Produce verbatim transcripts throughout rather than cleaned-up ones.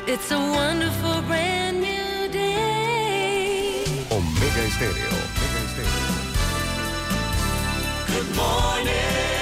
It's a wonderful brand new day. Omega Estéreo. Omega Estéreo. Good morning.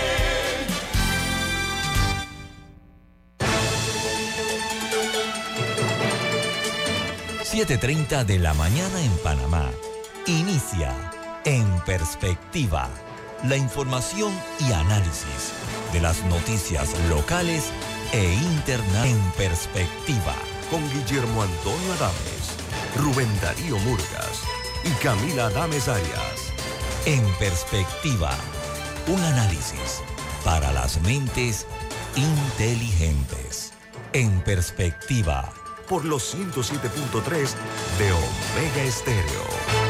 siete treinta de la mañana en Panamá. Inicia En Perspectiva. La información y análisis de las noticias locales e internacionales. En Perspectiva. Con Guillermo Antonio Adames, Rubén Darío Murgas y Camila Adames Arias. En Perspectiva. Un análisis para las mentes inteligentes. En Perspectiva. Por los ciento siete punto tres de Omega Estéreo.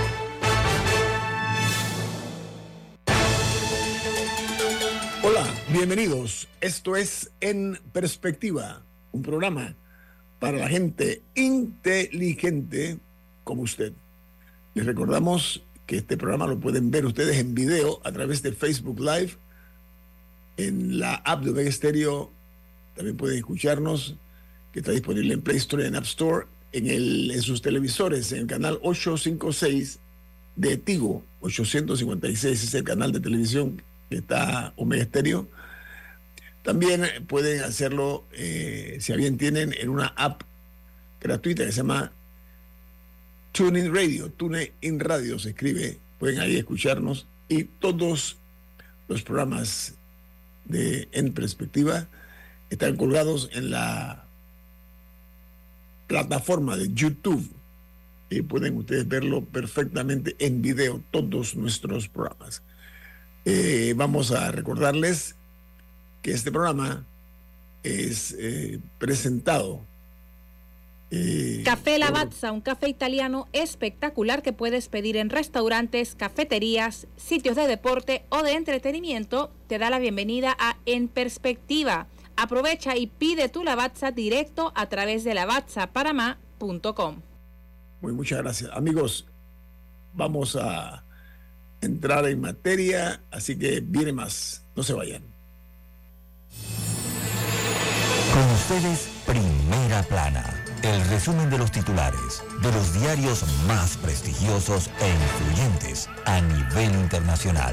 Hola, bienvenidos. Esto es En Perspectiva, un programa para la gente inteligente como usted. Les recordamos que este programa lo pueden ver ustedes en video a través de Facebook Live, en la app de Omega Estéreo. También pueden escucharnos, que está disponible en Play Store y en App Store, en, el, en sus televisores, en el canal ochocientos cincuenta y seis de Tigo. ochocientos cincuenta y seis es el canal de televisión que está Omega Estéreo. También pueden hacerlo, eh, si bien tienen, en una app gratuita que se llama TuneIn Radio. TuneIn Radio se escribe, pueden ahí escucharnos, y todos los programas de En Perspectiva están colgados en la plataforma de YouTube y pueden ustedes verlo perfectamente en video, todos nuestros programas. Eh, vamos a recordarles que este programa es eh, presentado eh, Café Lavazza, un café italiano espectacular que puedes pedir en restaurantes, cafeterías, sitios de deporte o de entretenimiento. Te da la bienvenida a En Perspectiva. Aprovecha y pide tu Lavazza directo a través de lavazza panamá punto com. Muy muchas gracias. Amigos, vamos a entrar en materia, así que viene más. No se vayan. Con ustedes, Primera Plana. El resumen de los titulares de los diarios más prestigiosos e influyentes a nivel internacional.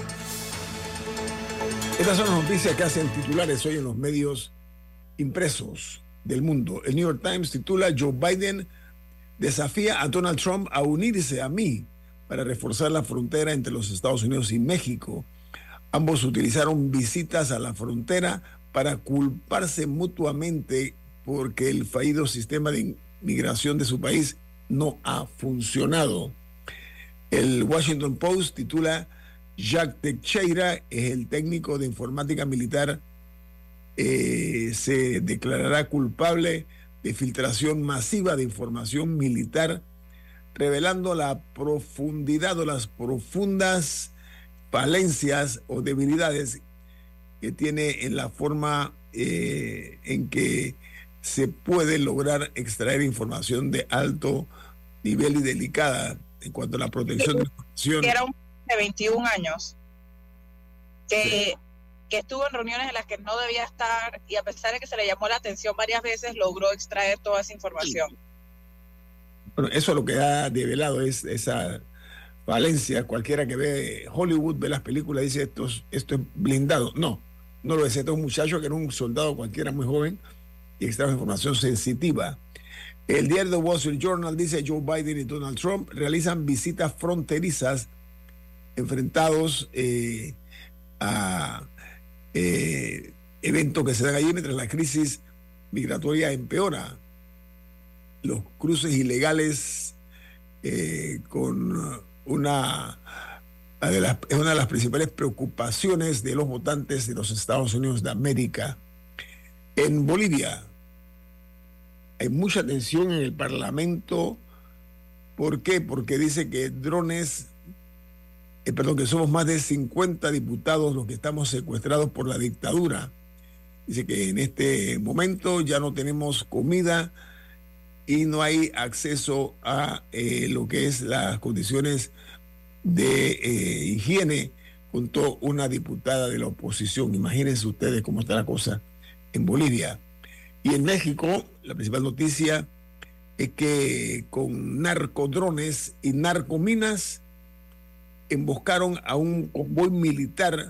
Estas son las noticias que hacen titulares hoy en los medios impresos del mundo. El New York Times titula: Joe Biden desafía a Donald Trump a unirse a mí para reforzar la frontera entre los Estados Unidos y México. Ambos utilizaron visitas a la frontera para culparse mutuamente porque el fallido sistema de inmigración de su país no ha funcionado. El Washington Post titula: Jack Teixeira es el técnico de informática militar, eh, se declarará culpable de filtración masiva de información militar, revelando la profundidad o las profundas falencias o debilidades que tiene en la forma eh, en que se puede lograr extraer información de alto nivel y delicada en cuanto a la protección de la información. Que era un de veintiún años, que, Sí. que estuvo en reuniones en las que no debía estar, y a pesar de que se le llamó la atención varias veces, logró extraer toda esa información. Bueno, eso es lo que ha develado, es esa falencia. Cualquiera que ve Hollywood, ve las películas, dice esto, es- esto es blindado. No, no lo es. Este es un muchacho que era un soldado cualquiera muy joven y extrajo información sensitiva. El diario The Wall Street Journal dice: Joe Biden y Donald Trump realizan visitas fronterizas enfrentados eh, a eh, eventos que se dan allí mientras la crisis migratoria empeora. Los cruces ilegales eh, con una de las, es una de las principales preocupaciones de los votantes de los Estados Unidos de América. En Bolivia hay mucha tensión en el Parlamento. ¿Por qué? Porque dice que drones, eh, perdón, que somos más de cincuenta diputados los que estamos secuestrados por la dictadura. Dice que en este momento ya no tenemos comida y no hay acceso a eh, lo que es las condiciones de eh, higiene, contó una diputada de la oposición. Imagínense ustedes cómo está la cosa en Bolivia. Y en México, la principal noticia es que con narcodrones y narcominas emboscaron a un convoy militar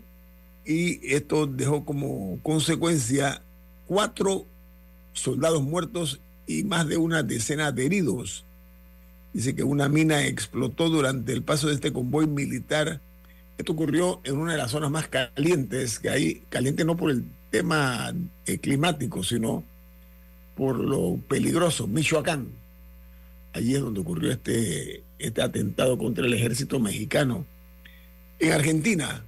y esto dejó como consecuencia cuatro soldados muertos y más de una decena de heridos. Dice que una mina explotó durante el paso de este convoy militar. Esto ocurrió en una de las zonas más calientes que hay, caliente no por el tema eh, climático, sino por lo peligroso, Michoacán. Allí es donde ocurrió este, este atentado contra el ejército mexicano. En Argentina,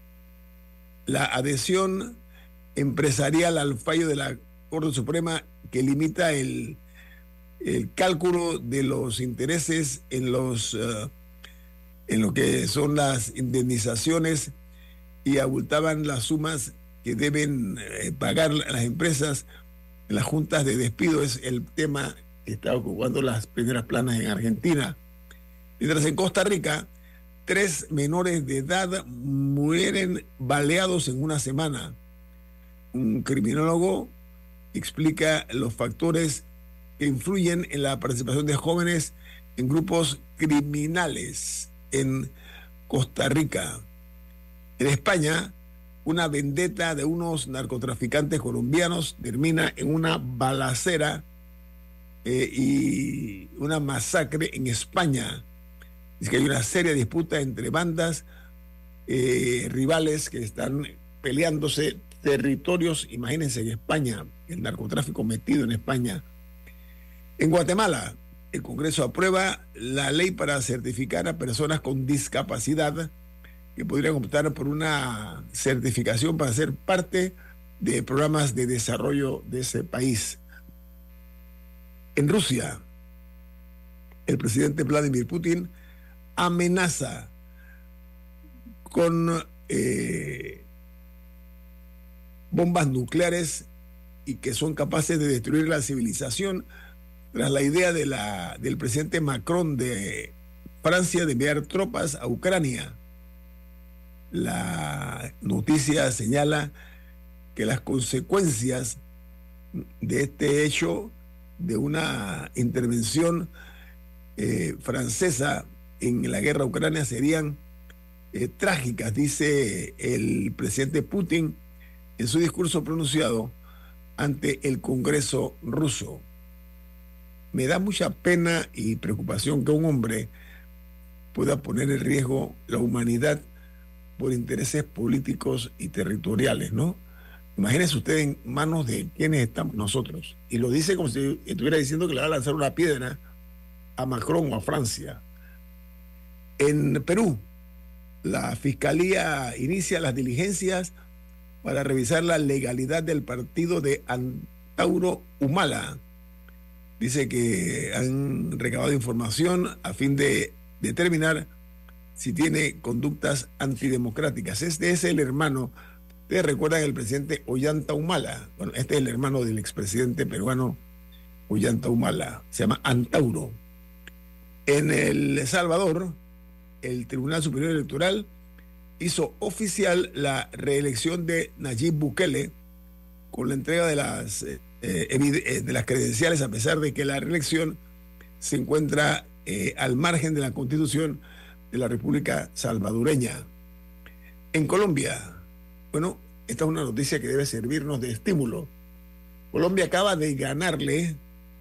la adhesión empresarial al fallo de la Corte Suprema que limita el, el cálculo de los intereses en los uh, en lo que son las indemnizaciones y abultaban las sumas que deben eh, pagar las empresas en las juntas de despido. Es el tema que está ocupando las primeras planas en Argentina. Mientras en Costa Rica, tres menores de edad mueren baleados en una semana. Un criminólogo explica los factores que influyen en la participación de jóvenes en grupos criminales en Costa Rica. En España, una vendetta de unos narcotraficantes colombianos termina en una balacera eh, y una masacre en España. Es que hay una seria disputa entre bandas eh, rivales que están peleándose territorios. Imagínense en España, el narcotráfico metido en España. En Guatemala, el Congreso aprueba la ley para certificar a personas con discapacidad que podrían optar por una certificación para ser parte de programas de desarrollo de ese país. En Rusia, el presidente Vladimir Putin amenaza con eh, bombas nucleares y que son capaces de destruir la civilización tras la idea de la, del presidente Macron de Francia de enviar tropas a Ucrania. La noticia señala que las consecuencias de este hecho, de una intervención eh, francesa en la guerra ucrania, serían eh, trágicas, dice el presidente Putin en su discurso pronunciado ante el Congreso ruso. Me da mucha pena y preocupación que un hombre pueda poner en riesgo la humanidad por intereses políticos y territoriales, ¿no? Imagínense usted en manos de quienes estamos nosotros. Y lo dice como si estuviera diciendo que le va a lanzar una piedra a Macron o a Francia. En Perú, la Fiscalía inicia las diligencias para revisar la legalidad del partido de Antauro Humala. Dice que han recabado información a fin de determinar si tiene conductas antidemocráticas. Este es el hermano, ustedes recuerdan el presidente Ollanta Humala. Bueno, este es el hermano del expresidente peruano Ollanta Humala. Se llama Antauro. En El Salvador, el Tribunal Superior Electoral hizo oficial la reelección de Nayib Bukele con la entrega de las, eh, eh, de las credenciales, a pesar de que la reelección se encuentra eh, al margen de la Constitución de la República Salvadoreña. En Colombia, bueno, esta es una noticia que debe servirnos de estímulo. Colombia acaba de ganarle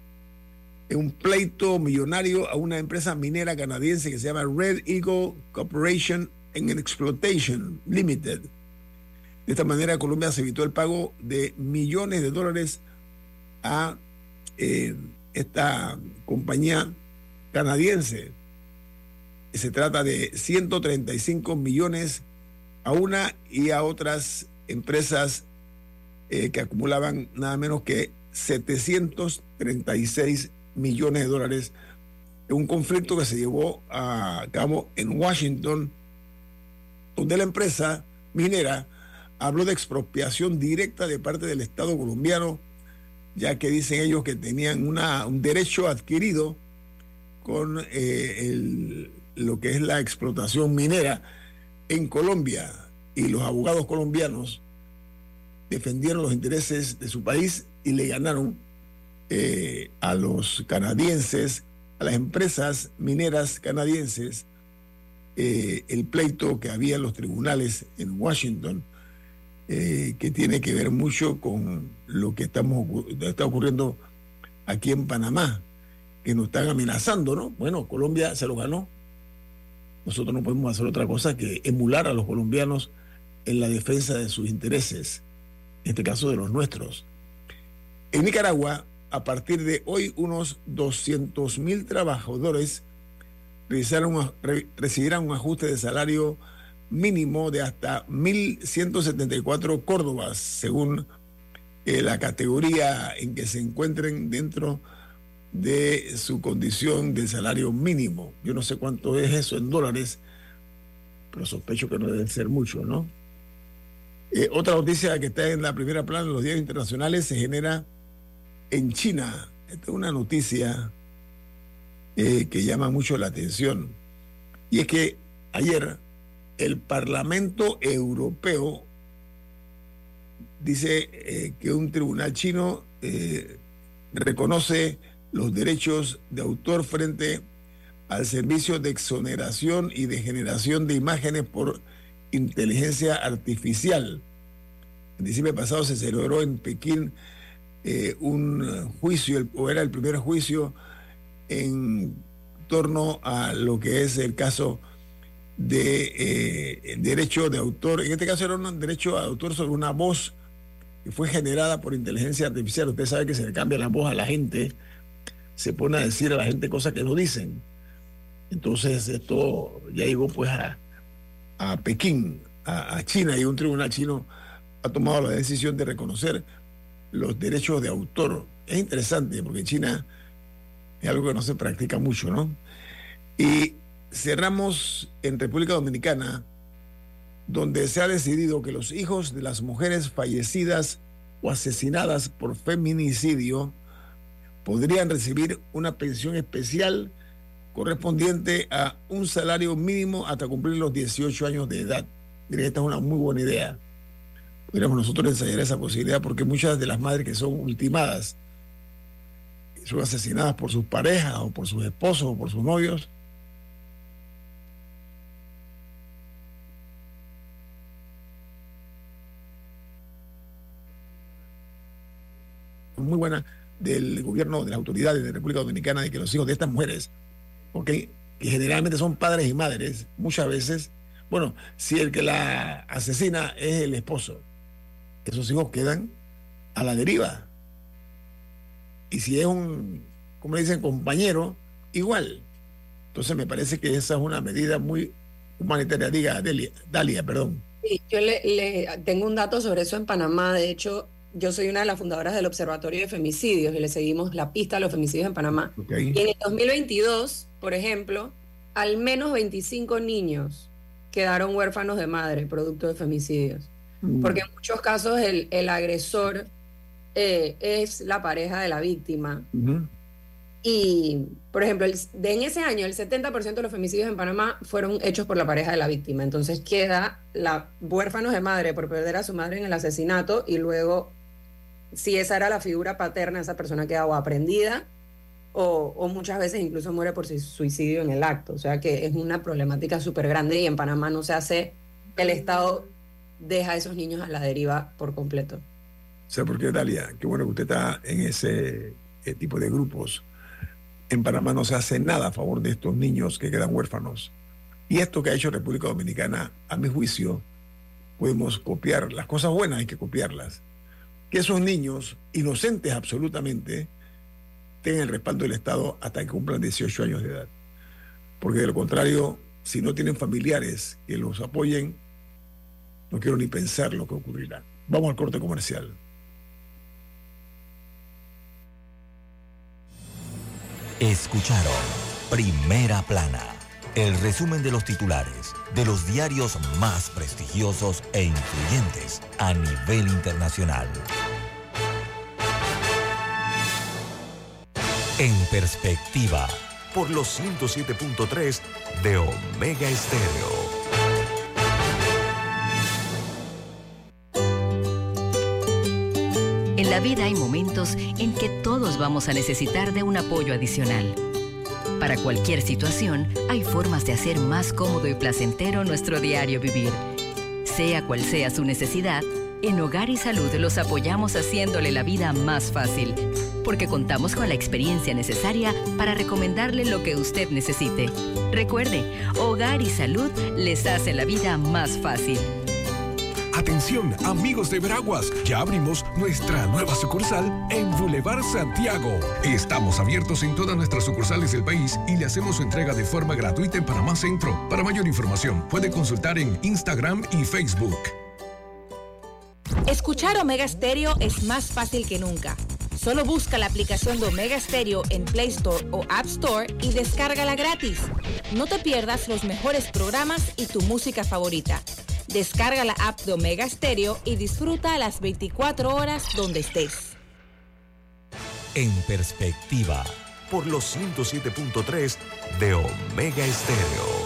un pleito millonario a una empresa minera canadiense que se llama Red Eagle Corporation and Exploitation Limited. De esta manera, Colombia se evitó el pago de millones de dólares a eh, esta compañía canadiense. Se trata de ciento treinta y cinco millones a una y a otras empresas eh, que acumulaban nada menos que setecientos treinta y seis millones de dólares en un conflicto que se llevó a cabo en Washington, donde la empresa minera habló de expropiación directa de parte del Estado colombiano, ya que dicen ellos que tenían una, un derecho adquirido con eh, el, lo que es la explotación minera en Colombia, y los abogados colombianos defendieron los intereses de su país y le ganaron eh, a los canadienses, a las empresas mineras canadienses, eh, el pleito que había en los tribunales en Washington, eh, que tiene que ver mucho con lo que estamos, está ocurriendo aquí en Panamá, que nos están amenazando, ¿no? Bueno, Colombia se lo ganó. Nosotros no podemos hacer otra cosa que emular a los colombianos en la defensa de sus intereses, en este caso de los nuestros. En Nicaragua, a partir de hoy, unos doscientos mil trabajadores recibirán un ajuste de salario mínimo de hasta mil ciento setenta y cuatro córdobas, según eh, la categoría en que se encuentren dentro de su condición de salario mínimo. Yo no sé cuánto es eso en dólares, pero sospecho que no debe ser mucho, ¿no? Eh, otra noticia que está en la primera plana de los diarios internacionales se genera en China. Esta es una noticia eh, que llama mucho la atención. Y es que ayer el Parlamento Europeo dice eh, que un tribunal chino eh, reconoce los derechos de autor frente al servicio de exoneración y de generación de imágenes por inteligencia artificial. En diciembre pasado se celebró en Pekín eh, un juicio, el, o era el primer juicio en torno a lo que es el caso de eh, derecho de autor. En este caso era un derecho de autor sobre una voz que fue generada por inteligencia artificial. Usted sabe que se le cambia la voz a la gente, se pone a decir a la gente cosas que no dicen. Entonces esto ya llegó pues a, a Pekín, a, a China, y un tribunal chino ha tomado la decisión de reconocer los derechos de autor. Es interesante porque China es algo que no se practica mucho, ¿no? Y cerramos en República Dominicana, donde se ha decidido que los hijos de las mujeres fallecidas o asesinadas por feminicidio podrían recibir una pensión especial correspondiente a un salario mínimo hasta cumplir los dieciocho años de edad. Miren, esta es una muy buena idea. Podríamos nosotros ensayar esa posibilidad, porque muchas de las madres que son ultimadas, son asesinadas por sus parejas o por sus esposos o por sus novios, muy buena del gobierno, de las autoridades de República Dominicana, de que los hijos de estas mujeres, okay, que generalmente son padres y madres, muchas veces, bueno, si el que la asesina es el esposo, esos hijos quedan a la deriva. Y si es un, como le dicen, compañero, igual. Entonces me parece que esa es una medida muy humanitaria. Diga, Delia, Dalia, perdón. Sí, yo le, le tengo un dato sobre eso en Panamá. De hecho, yo soy una de las fundadoras del Observatorio de Femicidios y le seguimos la pista a los femicidios en Panamá. Okay. Y en el dos mil veintidós, por ejemplo, al menos veinticinco niños quedaron huérfanos de madre producto de femicidios. Mm. Porque en muchos casos el, el agresor eh, es la pareja de la víctima. Mm-hmm. Y, por ejemplo, el, de en ese año el setenta por ciento de los femicidios en Panamá fueron hechos por la pareja de la víctima. Entonces queda la huérfanos de madre por perder a su madre en el asesinato, y luego, si esa era la figura paterna, esa persona queda o aprendida o, o muchas veces incluso muere por suicidio en el acto. O sea que es una problemática súper grande, y en Panamá no se hace, el Estado deja a esos niños a la deriva por completo. O sea, porque Dalia, qué bueno que usted está en ese eh, tipo de grupos. En Panamá no se hace nada a favor de estos niños que quedan huérfanos. Y esto que ha hecho República Dominicana, a mi juicio, podemos copiar. Las cosas buenas hay que copiarlas. Que esos niños, inocentes absolutamente, tengan el respaldo del Estado hasta que cumplan dieciocho años de edad. Porque de lo contrario, si no tienen familiares que los apoyen, no quiero ni pensar lo que ocurrirá. Vamos al corte comercial. Escucharon Primera Plana, el resumen de los titulares de los diarios más prestigiosos e influyentes a nivel internacional. En Perspectiva, por los ciento siete punto tres de Omega Estéreo. la vida hay momentos en que todos vamos a necesitar de un apoyo adicional. Para cualquier situación, hay formas de hacer más cómodo y placentero nuestro diario vivir. Sea cual sea su necesidad, en Hogar y Salud los apoyamos haciéndole la vida más fácil, porque contamos con la experiencia necesaria para recomendarle lo que usted necesite. Recuerde, Hogar y Salud les hace la vida más fácil. Atención, amigos de Veraguas, ya abrimos nuestra nueva sucursal en Boulevard Santiago. Estamos abiertos en todas nuestras sucursales del país y le hacemos su entrega de forma gratuita en Panamá Centro. Para mayor información, puede consultar en Instagram y Facebook. Escuchar Omega Stereo es más fácil que nunca. Solo busca la aplicación de Omega Stereo en Play Store o App Store y descárgala gratis. No te pierdas los mejores programas y tu música favorita. Descarga la app de Omega Stereo y disfruta las veinticuatro horas donde estés. En Perspectiva, por los ciento siete punto tres de Omega Estéreo.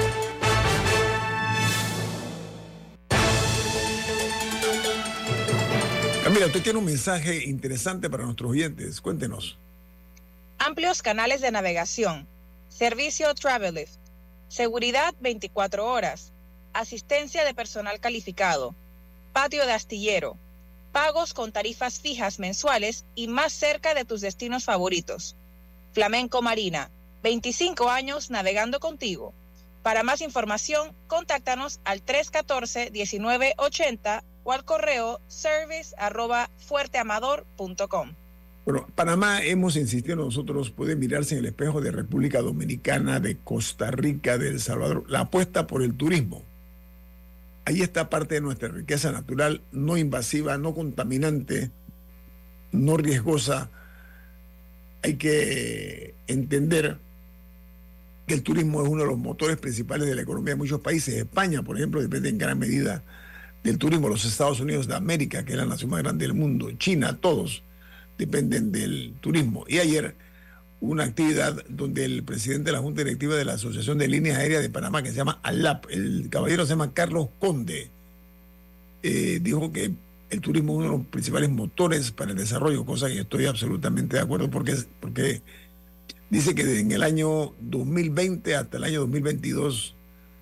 Camila, usted tiene un mensaje interesante para nuestros oyentes. Cuéntenos. Amplios canales de navegación, servicio Travelift, seguridad veinticuatro horas, asistencia de personal calificado, patio de astillero, pagos con tarifas fijas mensuales y más cerca de tus destinos favoritos. Flamenco Marina, veinticinco años navegando contigo. Para más información, contáctanos al tres uno cuatro, uno nueve ocho cero o al correo service arroba fuerteamador punto com. Bueno, Panamá, hemos insistido nosotros, puede mirarse en el espejo de República Dominicana, de Costa Rica, de El Salvador, la apuesta por el turismo. Ahí está parte de nuestra riqueza natural, no invasiva, no contaminante, no riesgosa. Hay que entender que el turismo es uno de los motores principales de la economía de muchos países. España, por ejemplo, depende en gran medida del turismo. Los Estados Unidos de América, que es la nación más grande del mundo, China, todos dependen del turismo. Y ayer una actividad donde el presidente de la Junta Directiva de la Asociación de Líneas Aéreas de Panamá, que se llama ALAP, el caballero se llama Carlos Conde, eh, dijo que el turismo es uno de los principales motores para el desarrollo, cosa que estoy absolutamente de acuerdo, porque, porque dice que en el año dos mil veinte hasta el año dos mil veintidós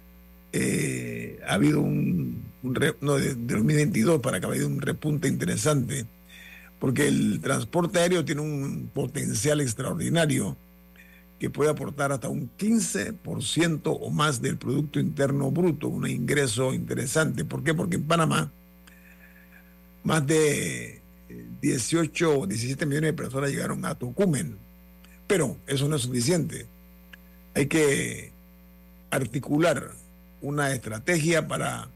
eh, ha habido un, un re, no, de, de dos mil veintidós para que ha habido un repunte interesante, porque el transporte aéreo tiene un potencial extraordinario que puede aportar hasta un quince por ciento o más del Producto Interno Bruto, un ingreso interesante. ¿Por qué? Porque en Panamá más de dieciocho o diecisiete millones de personas llegaron a Tocumen, pero eso no es suficiente. Hay que articular una estrategia para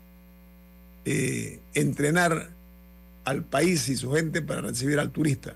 eh, entrenar al país y su gente para recibir al turista.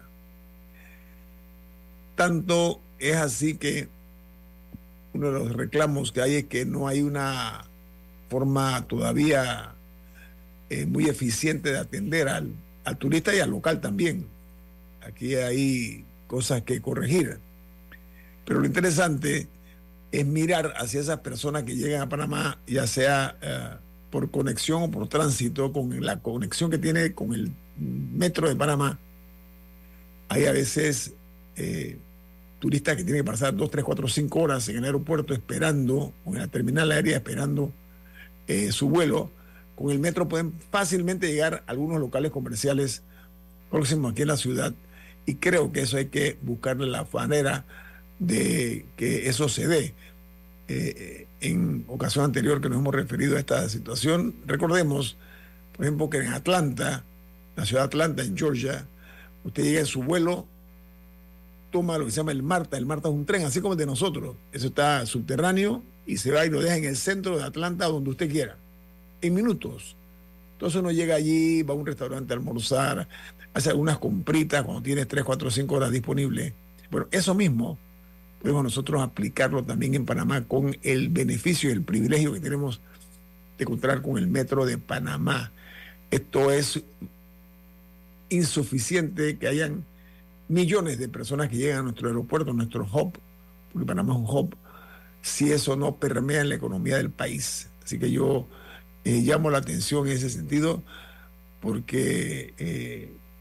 Tanto es así que uno de los reclamos que hay es que no hay una forma todavía eh, muy eficiente de atender al, al turista y al local también. Aquí hay cosas que corregir. Pero lo interesante es mirar hacia esas personas que llegan a Panamá, ya sea uh, por conexión o por tránsito, con la conexión que tiene con el metro de Panamá. Hay a veces eh, turistas que tienen que pasar dos, tres, cuatro, cinco horas en el aeropuerto esperando, o en la terminal aérea esperando eh, su vuelo. Con el metro pueden fácilmente llegar a algunos locales comerciales próximos aquí en la ciudad, y creo que eso hay que buscarle la manera de que eso se dé. Eh, en ocasión anterior que nos hemos referido a esta situación, recordemos, por ejemplo, que en Atlanta, la ciudad de Atlanta, en Georgia, usted llega en su vuelo, toma lo que se llama el MARTA. El MARTA es un tren, así como el de nosotros. Eso está subterráneo y se va y lo deja en el centro de Atlanta, donde usted quiera, en minutos. Entonces uno llega allí, va a un restaurante a almorzar, hace algunas compritas cuando tienes tres, cuatro, cinco horas disponibles. Bueno, eso mismo podemos nosotros aplicarlo también en Panamá con el beneficio y el privilegio que tenemos de contar con el metro de Panamá. Esto es insuficiente que hayan millones de personas que llegan a nuestro aeropuerto, a nuestro hub, porque Panamá es un hub, si eso no permea en la economía del país. Así que yo eh, llamo la atención en ese sentido, porque eh,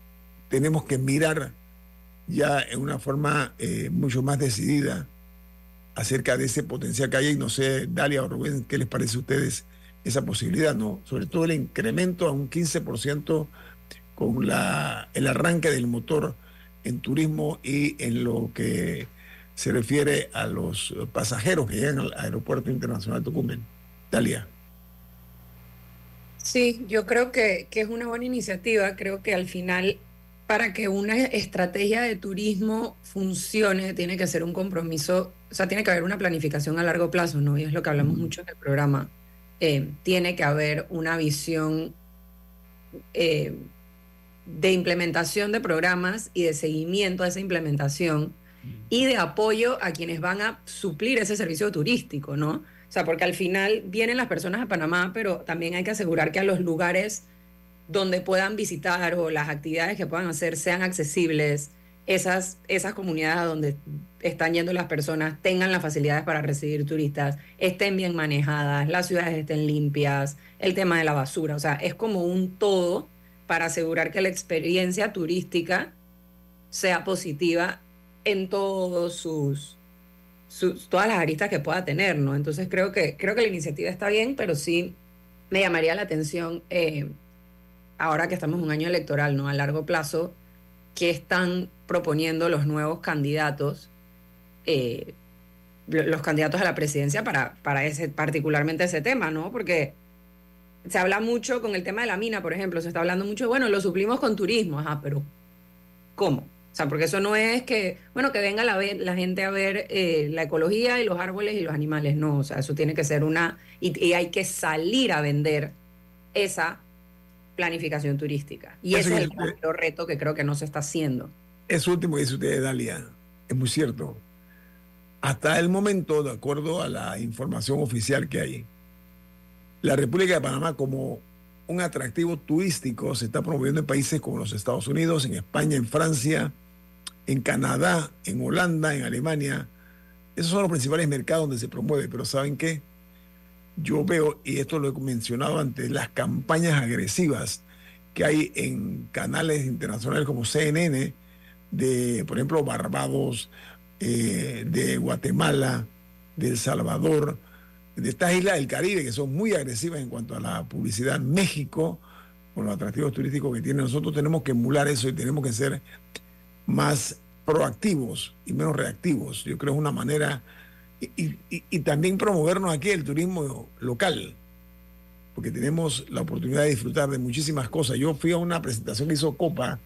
tenemos que mirar ya en una forma eh, mucho más decidida acerca de ese potencial que hay. Y no sé, Dalia o Rubén, ¿qué les parece a ustedes esa posibilidad? ¿No? Sobre todo el incremento a un quince por ciento con la, el arranque del motor en turismo y en lo que se refiere a los pasajeros que llegan al Aeropuerto Internacional de Tocumen. Dalia. Sí, yo creo que, que es una buena iniciativa. Creo que al final, para que una estrategia de turismo funcione, tiene que ser un compromiso, o sea, tiene que haber una planificación a largo plazo, ¿no? Y es lo que hablamos mucho en el programa. Eh, tiene que haber una visión eh, de implementación de programas y de seguimiento a esa implementación y de apoyo a quienes van a suplir ese servicio turístico, ¿no? O sea, porque al final vienen las personas a Panamá, pero también hay que asegurar que a los lugares donde puedan visitar o las actividades que puedan hacer sean accesibles, esas, esas comunidades a donde están yendo las personas tengan las facilidades para recibir turistas, estén bien manejadas, las ciudades estén limpias, el tema de la basura, o sea, es como un todo para asegurar que la experiencia turística sea positiva en todos sus, sus todas las aristas que pueda tener, ¿no? Entonces creo que, creo que la iniciativa está bien, pero sí me llamaría la atención, eh, ahora que estamos en un año electoral, ¿no? A largo plazo, ¿qué están proponiendo los nuevos candidatos, eh, los candidatos a la presidencia para, para ese, particularmente ese tema, ¿no? Porque se habla mucho con el tema de la mina, por ejemplo, se está hablando mucho, bueno, lo suplimos con turismo, ajá, pero ¿cómo? O sea, porque eso no es que, bueno, que venga la, la gente a ver eh, la ecología y los árboles y los animales, no, o sea, eso tiene que ser una, y, y hay que salir a vender esa planificación turística. Y eso ese es el verdadero reto que creo que no se está haciendo. Eso último que dice usted, Dalia, es muy cierto. Hasta el momento, de acuerdo a la información oficial que hay, la República de Panamá como un atractivo turístico se está promoviendo en países como los Estados Unidos, en España, en Francia, en Canadá, en Holanda, en Alemania. Esos son los principales mercados donde se promueve. Pero ¿saben qué? Yo veo, y esto lo he mencionado antes, las campañas agresivas que hay en canales internacionales como C N N, de, por ejemplo, Barbados, eh, de Guatemala, de El Salvador, de estas islas del Caribe, que son muy agresivas en cuanto a la publicidad. México, con los atractivos turísticos que tiene, nosotros tenemos que emular eso y tenemos que ser más proactivos y menos reactivos. Yo creo que es una manera... Y, y, y también promovernos aquí el turismo local, porque tenemos la oportunidad de disfrutar de muchísimas cosas. Yo fui a una presentación que hizo Copa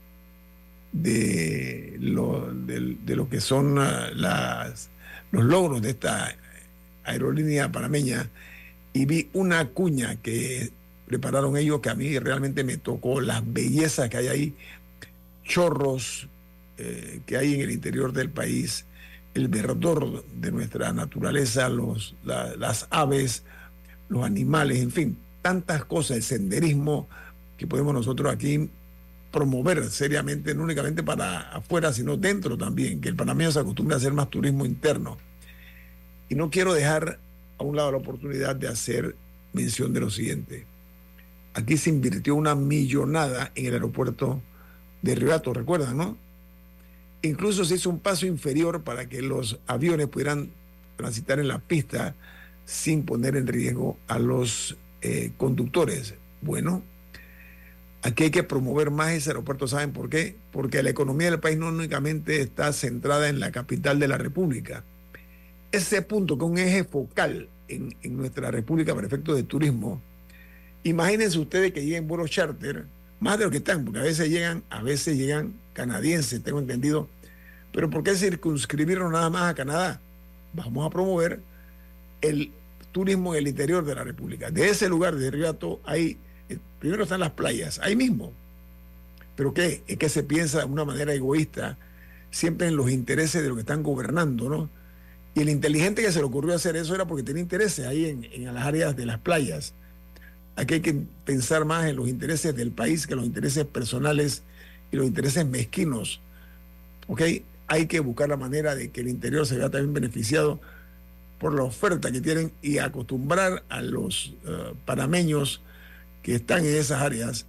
de lo, de, de lo que son las, los logros de esta aerolínea panameña y vi una cuña que prepararon ellos que a mí realmente me tocó, las bellezas que hay ahí, chorros eh, que hay en el interior del país, el verdor de nuestra naturaleza, los, la, las aves, los animales, en fin, tantas cosas, el senderismo que podemos nosotros aquí promover seriamente, no únicamente para afuera, sino dentro también, que el panameño se acostumbre a hacer más turismo interno. Y no quiero dejar a un lado la oportunidad de hacer mención de lo siguiente. Aquí se invirtió una millonada en el aeropuerto de Río Hato, ¿recuerdan, no? Incluso se hizo un paso inferior para que los aviones pudieran transitar en la pista sin poner en riesgo a los eh, conductores. Bueno, aquí hay que promover más ese aeropuerto. ¿Saben por qué? Porque la economía del país no únicamente está centrada en la capital de la República. Ese punto, que es un eje focal en, en nuestra República para efectos de turismo, imagínense ustedes que lleguen vuelos charter, más de lo que están, porque a veces llegan, a veces llegan canadienses, tengo entendido. Pero ¿por qué circunscribirnos nada más a Canadá? Vamos a promover el turismo en el interior de la República. De ese lugar, de Río Hato, ahí, primero están las playas, ahí mismo. ¿Pero qué? Es que se piensa de una manera egoísta, siempre en los intereses de los que están gobernando, ¿no? Y el inteligente que se le ocurrió hacer eso era porque tenía intereses ahí en, en las áreas de las playas. Aquí hay que pensar más en los intereses del país que los intereses personales y los intereses mezquinos. ¿Ok? Hay que buscar la manera de que el interior se vea también beneficiado por la oferta que tienen y acostumbrar a los uh, panameños que están en esas áreas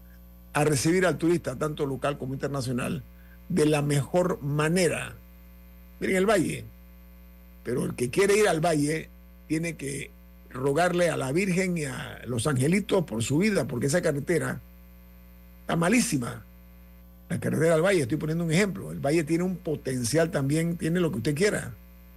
a recibir al turista, tanto local como internacional, de la mejor manera. Miren el valle, pero el que quiere ir al valle tiene que rogarle a la Virgen y a los angelitos por su vida, porque esa carretera está malísima. La carretera al valle, estoy poniendo un ejemplo. El valle tiene un potencial también, tiene lo que usted quiera.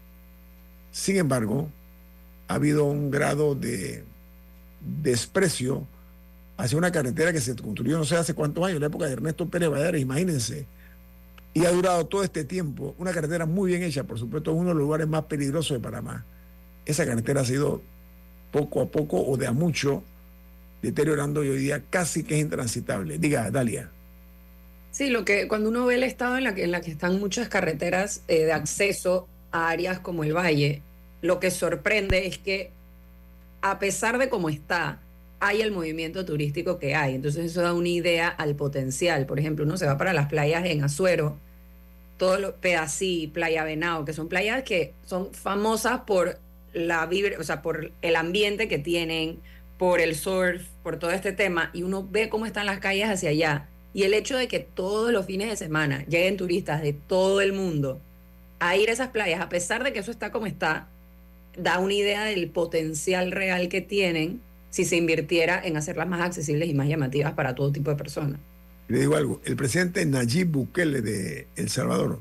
Sin embargo, ha habido un grado de desprecio hacia una carretera que se construyó no sé hace cuántos años, en la época de Ernesto Pérez Valladares, imagínense. Y ha durado todo este tiempo, una carretera muy bien hecha, por supuesto, es uno de los lugares más peligrosos de Panamá. Esa carretera ha sido poco a poco o de a mucho deteriorando y hoy día casi que es intransitable. Diga, Dalia. Sí, lo que cuando uno ve el estado en la que, en la que están muchas carreteras eh, de acceso a áreas como el Valle, lo que sorprende es que a pesar de cómo está, hay el movimiento turístico que hay. Entonces eso da una idea al potencial. Por ejemplo, uno se va para las playas en Azuero, todos los Pedací, Playa Venado, que son playas que son famosas por la vibra, o sea, por el ambiente que tienen, por el surf, por todo este tema, y uno ve cómo están las calles hacia allá. Y el hecho de que todos los fines de semana lleguen turistas de todo el mundo a ir a esas playas, a pesar de que eso está como está, da una idea del potencial real que tienen si se invirtiera en hacerlas más accesibles y más llamativas para todo tipo de personas. Le digo algo, el presidente Nayib Bukele de El Salvador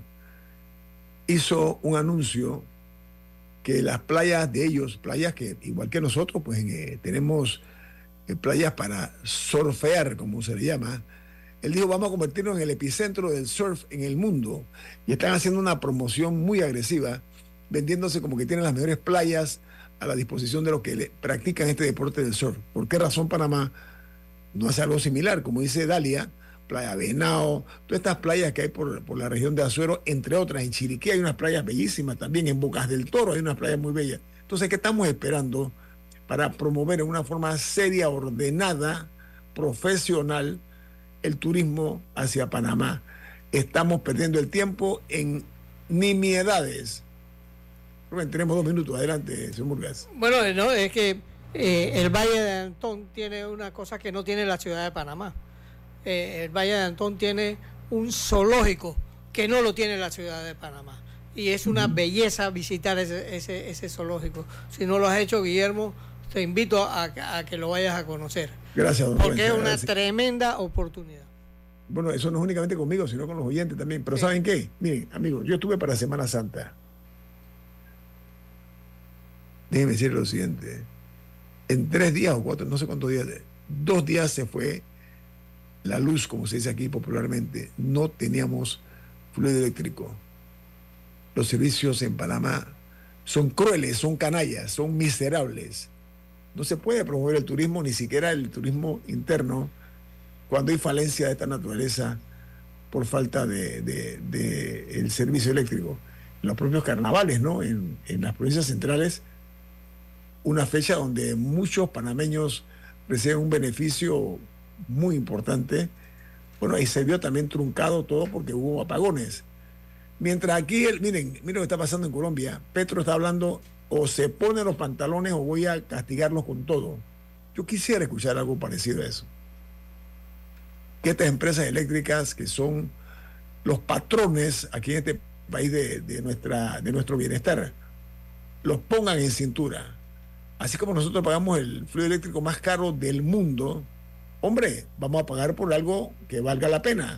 hizo un anuncio que las playas de ellos, playas que igual que nosotros, pues eh, tenemos eh, playas para surfear, como se le llama. Él dijo, vamos a convertirnos en el epicentro del surf en el mundo, y están haciendo una promoción muy agresiva, vendiéndose como que tienen las mejores playas a la disposición de los que le practican este deporte del surf. ¿Por qué razón Panamá no hace algo similar? Como dice Dalia, Playa Venado, todas estas playas que hay por, por la región de Azuero, entre otras. En Chiriquí hay unas playas bellísimas también, en Bocas del Toro hay unas playas muy bellas. Entonces, ¿qué estamos esperando para promover en una forma seria, ordenada, profesional, el turismo hacia Panamá? Estamos perdiendo el tiempo en nimiedades. Rubén, tenemos dos minutos. Adelante, señor Murgas. Bueno, no, es que eh, el Valle de Antón tiene una cosa que no tiene la ciudad de Panamá. Eh, el Valle de Antón tiene un zoológico que no lo tiene la ciudad de Panamá. Y es una uh-huh. belleza visitar ese, ese, ese zoológico. Si no lo has hecho, Guillermo, te invito a, a que lo vayas a conocer. Gracias, don Porque Rubén, es una gracias. tremenda oportunidad. Bueno, eso no es únicamente conmigo, sino con los oyentes también. Pero sí. ¿Saben qué? Miren, amigos, yo estuve para Semana Santa. Déjenme decir lo siguiente. En tres días o cuatro, no sé cuántos días, dos días se fue la luz, como se dice aquí popularmente. No teníamos fluido eléctrico. Los servicios en Panamá son crueles, son canallas, son miserables. No se puede promover el turismo, ni siquiera el turismo interno, cuando hay falencia de esta naturaleza por falta de, de, de el servicio eléctrico. En los propios carnavales, ¿no? En, en las provincias centrales, una fecha donde muchos panameños reciben un beneficio muy importante. Bueno, ahí se vio también truncado todo porque hubo apagones. Mientras aquí, el, miren, miren lo que está pasando en Colombia. Petro está hablando, o se ponen los pantalones o voy a castigarlos con todo. Yo quisiera escuchar algo parecido a eso. Que estas empresas eléctricas, que son los patrones aquí en este país de, de, nuestra, de nuestro bienestar, los pongan en cintura. Así como nosotros pagamos el fluido eléctrico más caro del mundo, hombre, vamos a pagar por algo que valga la pena.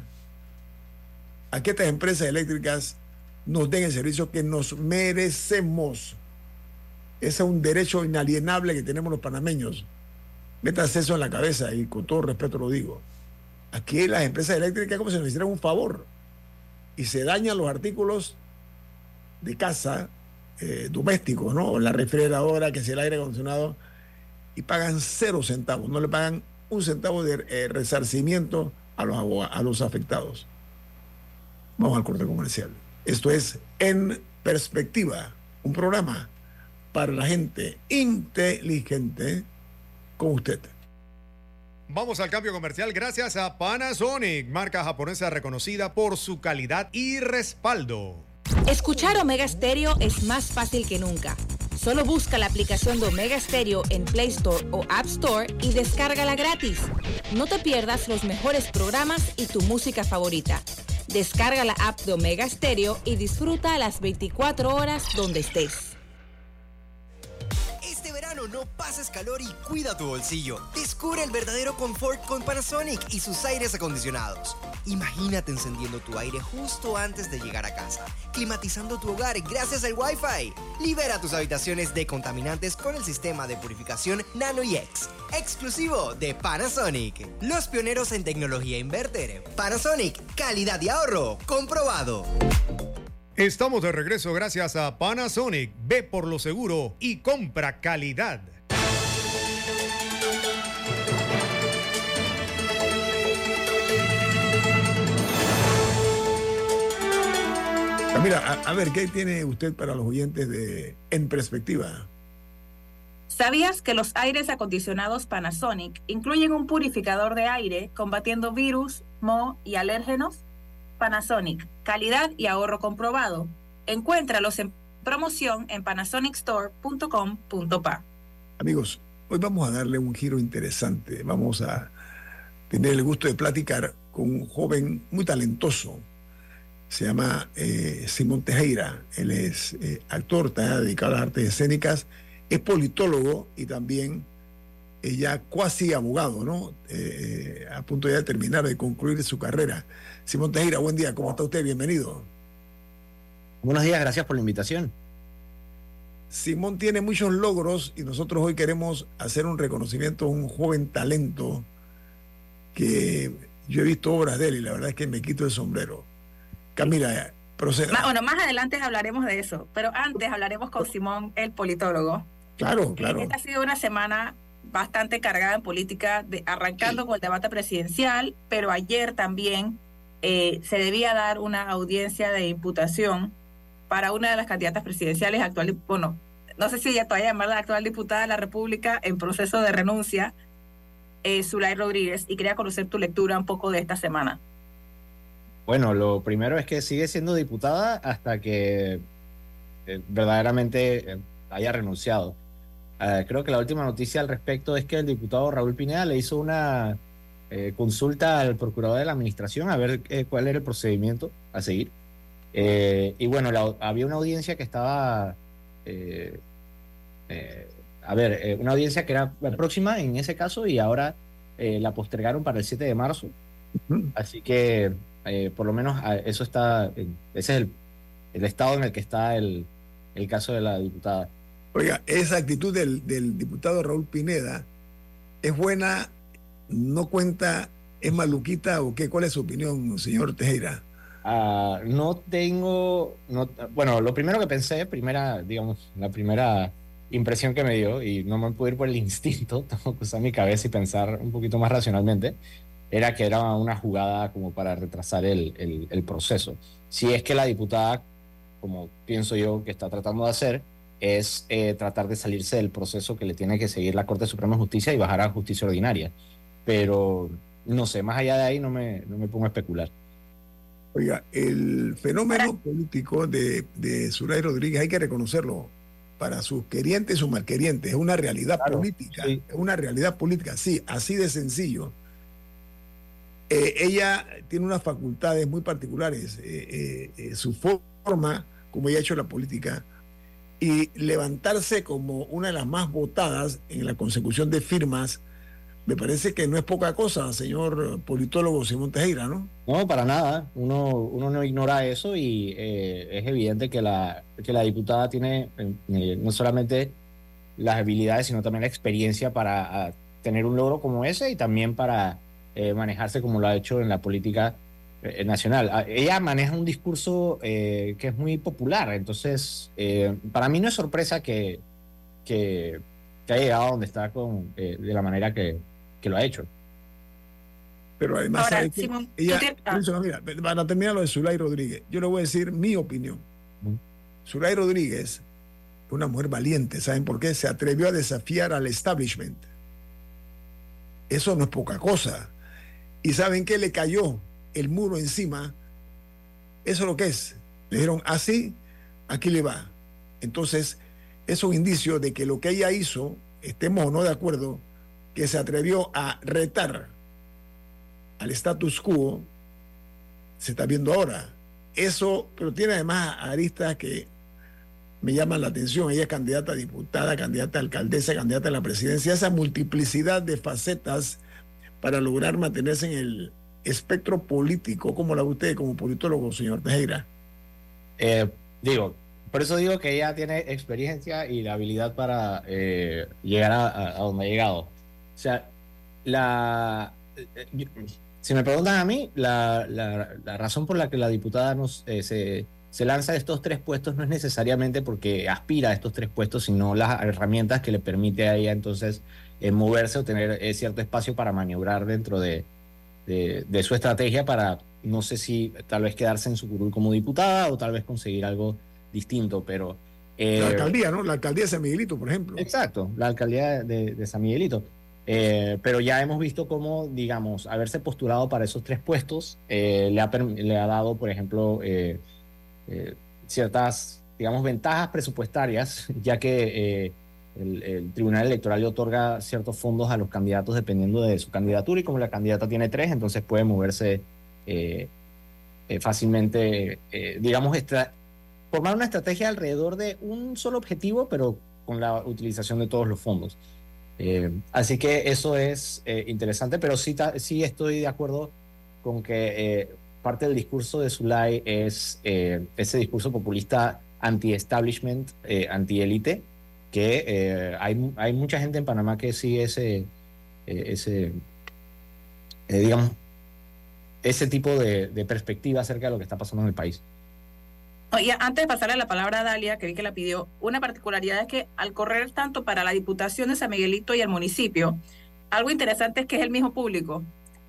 A que estas empresas eléctricas nos den el servicio que nos merecemos. Ese es un derecho inalienable que tenemos los panameños. Métanse eso en la cabeza y con todo respeto lo digo. Aquí las empresas eléctricas como si nos hicieran un favor y se dañan los artículos de casa, eh, domésticos, ¿no? La refrigeradora, que sea el aire acondicionado, y pagan cero centavos, no le pagan un centavo de eh, resarcimiento a los, a los afectados. Vamos al corte comercial. Esto es En Perspectiva, un programa para la gente inteligente como usted. Vamos al cambio comercial gracias a Panasonic, marca japonesa reconocida por su calidad y respaldo. Escuchar Omega Stereo es más fácil que nunca. Solo busca la aplicación de Omega Stereo en Play Store o App Store y descárgala gratis. No te pierdas los mejores programas y tu música favorita. Descarga la app de Omega Stereo y disfruta las veinticuatro horas donde estés. Este verano no pases calor y cuida tu bolsillo. Descubre el verdadero confort con Panasonic y sus aires acondicionados. Imagínate encendiendo tu aire justo antes de llegar a casa, climatizando tu hogar gracias al Wi-Fi. Libera tus habitaciones de contaminantes con el sistema de purificación NanoEX, exclusivo de Panasonic. Los pioneros en tecnología inverter. Panasonic, calidad y ahorro comprobado. Estamos de regreso gracias a Panasonic. Ve por lo seguro y compra calidad. Camila, a, a ver, ¿qué tiene usted para los oyentes de En Perspectiva? ¿Sabías que los aires acondicionados Panasonic incluyen un purificador de aire combatiendo virus, moho y alérgenos? Panasonic, calidad y ahorro comprobado. Encuéntralos en promoción en panasonic store punto com punto pa. Amigos, hoy vamos a darle un giro interesante. Vamos a tener el gusto de platicar con un joven muy talentoso. Se llama eh, Simón Tejera. Él es eh, actor, está dedicado a las artes escénicas, es politólogo y también eh, ya cuasi abogado, ¿no? Eh, a punto ya de terminar, de concluir su carrera. Simón Tejera, buen día, ¿cómo está usted? Bienvenido. Buenos días, gracias por la invitación. Simón tiene muchos logros y nosotros hoy queremos hacer un reconocimiento a un joven talento que yo he visto obras de él y la verdad es que me quito el sombrero. Camila, proceda. Bueno, más adelante hablaremos de eso, pero antes hablaremos con Simón, el politólogo. Claro, claro. Esta ha sido una semana bastante cargada en política, de, arrancando sí. con el debate presidencial, pero ayer también eh, se debía dar una audiencia de imputación para una de las candidatas presidenciales actual, bueno, no sé si ella todavía llamarla la actual diputada de la República en proceso de renuncia, eh, Zulay Rodríguez, y quería conocer tu lectura un poco de esta semana. Bueno, lo primero es que sigue siendo diputada hasta que eh, verdaderamente eh, haya renunciado. Uh, creo que la última noticia al respecto es que el diputado Raúl Pineda le hizo una eh, consulta al procurador de la administración a ver eh, cuál era el procedimiento a seguir. Eh, y bueno, la, había una audiencia que estaba, eh, eh, a ver, eh, una audiencia que era próxima en ese caso y ahora eh, la postergaron para el siete de marzo. Uh-huh. Así que eh, por lo menos eso está, ese es el, el estado en el que está el, el caso de la diputada. Oiga, esa actitud del, del diputado Raúl Pineda es buena, no cuenta, es maluquita o qué, ¿cuál es su opinión, señor Tejera? Uh, no tengo, no, bueno, lo primero que pensé, primera, digamos, la primera impresión que me dio, y no me puedo ir por el instinto, tengo que usar mi cabeza y pensar un poquito más racionalmente, era que era una jugada como para retrasar el, el, el proceso. Si es que la diputada, como pienso yo que está tratando de hacer, es eh, tratar de salirse del proceso que le tiene que seguir la Corte Suprema de Justicia y bajar a justicia ordinaria. Pero, no sé, más allá de ahí no me, no me pongo a especular. Oiga, el fenómeno político de, de Zulay Rodríguez hay que reconocerlo. Para sus querientes y sus malquerientes, es una realidad claro, política. Sí. Es una realidad política, sí, así de sencillo. Eh, ella tiene unas facultades muy particulares. Eh, eh, eh, su forma, como ella ha hecho la política, y levantarse como una de las más votadas en la consecución de firmas, me parece que no es poca cosa, señor politólogo Simón Tejera, ¿no? No, para nada. Uno, uno no ignora eso y eh, es evidente que la, que la diputada tiene eh, no solamente las habilidades, sino también la experiencia para a, tener un logro como ese y también para eh, manejarse como lo ha hecho en la política eh, nacional. A, ella maneja un discurso eh, que es muy popular, entonces eh, para mí no es sorpresa que, que, que haya llegado a donde está con, eh, de la manera que que lo ha hecho. Pero además, Ahora, que Simón, ella, te... mira, para terminar lo de Zulay Rodríguez, yo le voy a decir mi opinión. ¿Mm? Zulay Rodríguez es una mujer valiente, ¿saben por qué? Se atrevió a desafiar al establishment. Eso no es poca cosa. ¿Y saben qué? Le cayó el muro encima. Eso es lo que es. Le dijeron, así, aquí le va. Entonces, es un indicio de que lo que ella hizo, estemos o no de acuerdo, que se atrevió a retar al status quo, se está viendo ahora. Eso, pero tiene además aristas que me llaman la atención. Ella es candidata a diputada, candidata a alcaldesa, candidata a la presidencia. Esa multiplicidad de facetas para lograr mantenerse en el espectro político, ¿cómo la ve usted como politólogo, señor Tejera? Eh, digo, por eso digo que ella tiene experiencia y la habilidad para eh, llegar a, a, a donde ha llegado. O sea, la... Eh, yo, si me preguntan a mí, la, la, la razón por la que la diputada nos, eh, se, se lanza a estos tres puestos no es necesariamente porque aspira a estos tres puestos, sino las herramientas que le permite a ella entonces eh, moverse o tener eh, cierto espacio para maniobrar dentro de, de, de su estrategia para, no sé si tal vez quedarse en su curul como diputada o tal vez conseguir algo distinto, pero... Eh, la alcaldía, ¿no? La alcaldía de San Miguelito, por ejemplo. Exacto, la alcaldía de, de San Miguelito. Eh, pero ya hemos visto cómo, digamos, haberse postulado para esos tres puestos eh, le, ha, le ha dado, por ejemplo, eh, eh, ciertas, digamos, ventajas presupuestarias, ya que eh, el, el Tribunal Electoral le otorga ciertos fondos a los candidatos dependiendo de su candidatura, y como la candidata tiene tres, entonces puede moverse eh, eh, fácilmente, eh, digamos, extra, formar una estrategia alrededor de un solo objetivo, pero con la utilización de todos los fondos. Eh, así que eso es eh, interesante, pero sí, ta, sí estoy de acuerdo con que eh, parte del discurso de Zulay es eh, ese discurso populista anti-establishment, eh, anti-élite, que eh, hay, hay mucha gente en Panamá que sigue ese, eh, ese eh, digamos, ese tipo de, de perspectiva acerca de lo que está pasando en el país. Oye, antes de pasarle la palabra a Dalia, que vi que la pidió, una particularidad es que al correr tanto para la Diputación de San Miguelito y el municipio, algo interesante es que es el mismo público,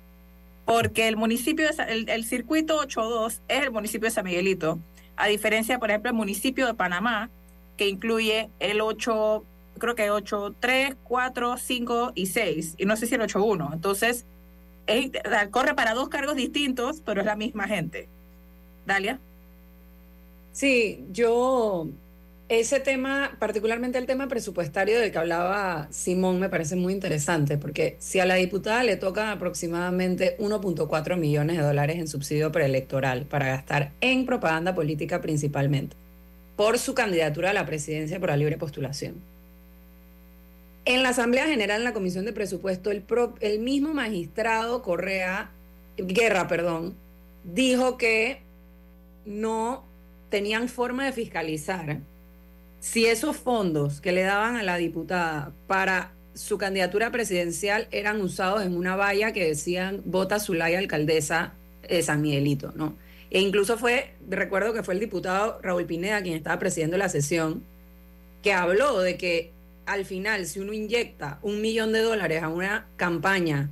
porque el municipio, de, el, el circuito ocho dos es el municipio de San Miguelito, a diferencia, por ejemplo, el municipio de Panamá, que incluye el ocho, creo que ocho tres, cuatro, cinco y seis, y no sé si el ocho uno. Entonces, es, corre para dos cargos distintos, pero es la misma gente. Dalia. Sí, yo, ese tema, particularmente el tema presupuestario del que hablaba Simón, me parece muy interesante, porque si a la diputada le tocan aproximadamente uno punto cuatro millones de dólares en subsidio preelectoral para gastar en propaganda política principalmente, por su candidatura a la presidencia por la libre postulación. En la Asamblea General, en la Comisión de Presupuesto, el, pro, el mismo magistrado Correa, Guerra, perdón, dijo que no tenían forma de fiscalizar si esos fondos que le daban a la diputada para su candidatura presidencial eran usados en una valla que decían vota Zulay alcaldesa de San Miguelito, ¿no? E incluso fue, recuerdo que fue el diputado Raúl Pineda quien estaba presidiendo la sesión, que habló de que al final si uno inyecta un millón de dólares a una campaña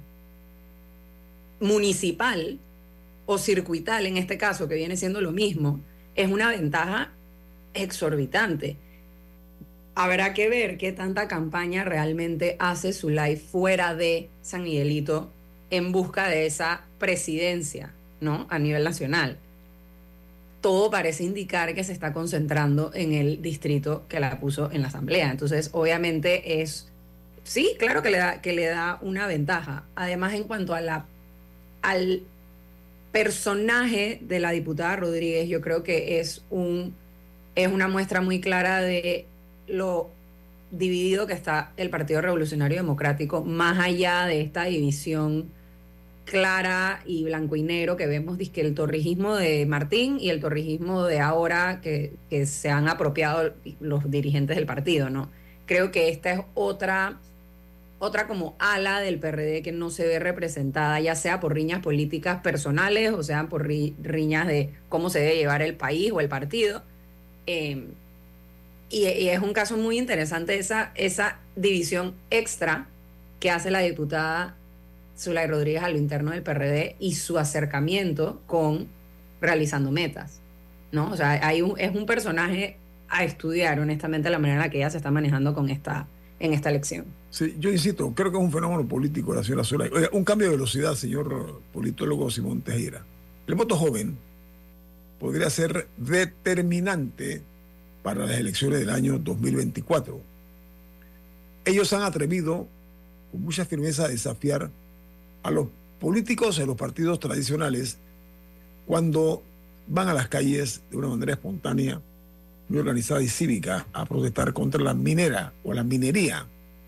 municipal o circuital, en este caso, que viene siendo lo mismo, es una ventaja exorbitante. Habrá que ver qué tanta campaña realmente hace Zulay fuera de San Miguelito en busca de esa presidencia, ¿no? A nivel nacional. Todo parece indicar que se está concentrando en el distrito que la puso en la Asamblea. Entonces, obviamente es, sí, claro que le da, que le da una ventaja. Además, en cuanto a la, al personaje de la diputada Rodríguez, yo creo que es un es una muestra muy clara de lo dividido que está el Partido Revolucionario Democrático, más allá de esta división clara y blanco y negro que vemos, que el torrijismo de Martín y el torrijismo de ahora que, que se han apropiado los dirigentes del partido, ¿no? Creo que esta es otra otra como ala del P R D que no se ve representada, ya sea por riñas políticas personales o sea por ri, riñas de cómo se debe llevar el país o el partido. Eh, y, y es un caso muy interesante esa, esa división extra que hace la diputada Zulay Rodríguez a lo interno del P R D y su acercamiento con Realizando Metas, ¿no? O sea, hay un, es un personaje a estudiar, honestamente, la manera en la que ella se está manejando con esta, en esta elección. Sí, yo insisto, creo que es un fenómeno político la señora Zulay. Oiga, un cambio de velocidad, señor politólogo Simón Tejera. El voto joven podría ser determinante para las elecciones del año dos mil veinticuatro. Ellos han atrevido con mucha firmeza a desafiar a los políticos de los partidos tradicionales cuando van a las calles de una manera espontánea, muy organizada y cívica a protestar contra la minera o la minería.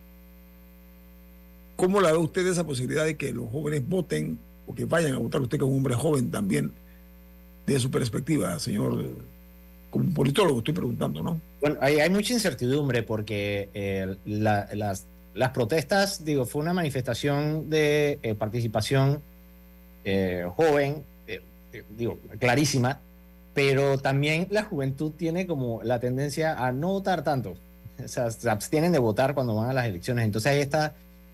¿Cómo la ve usted esa posibilidad de que los jóvenes voten o que vayan a votar? Usted como hombre joven también, de su perspectiva, señor, como politólogo estoy preguntando, ¿no? Bueno, hay, hay mucha incertidumbre porque eh, la, las, las protestas, digo, fue una manifestación de eh, participación eh, joven, eh, eh, digo, clarísima, pero también la juventud tiene como la tendencia a no votar tanto. O sea, se abstienen de votar cuando van a las elecciones. Entonces hay esta,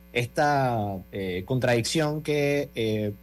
esta eh, contradicción que eh,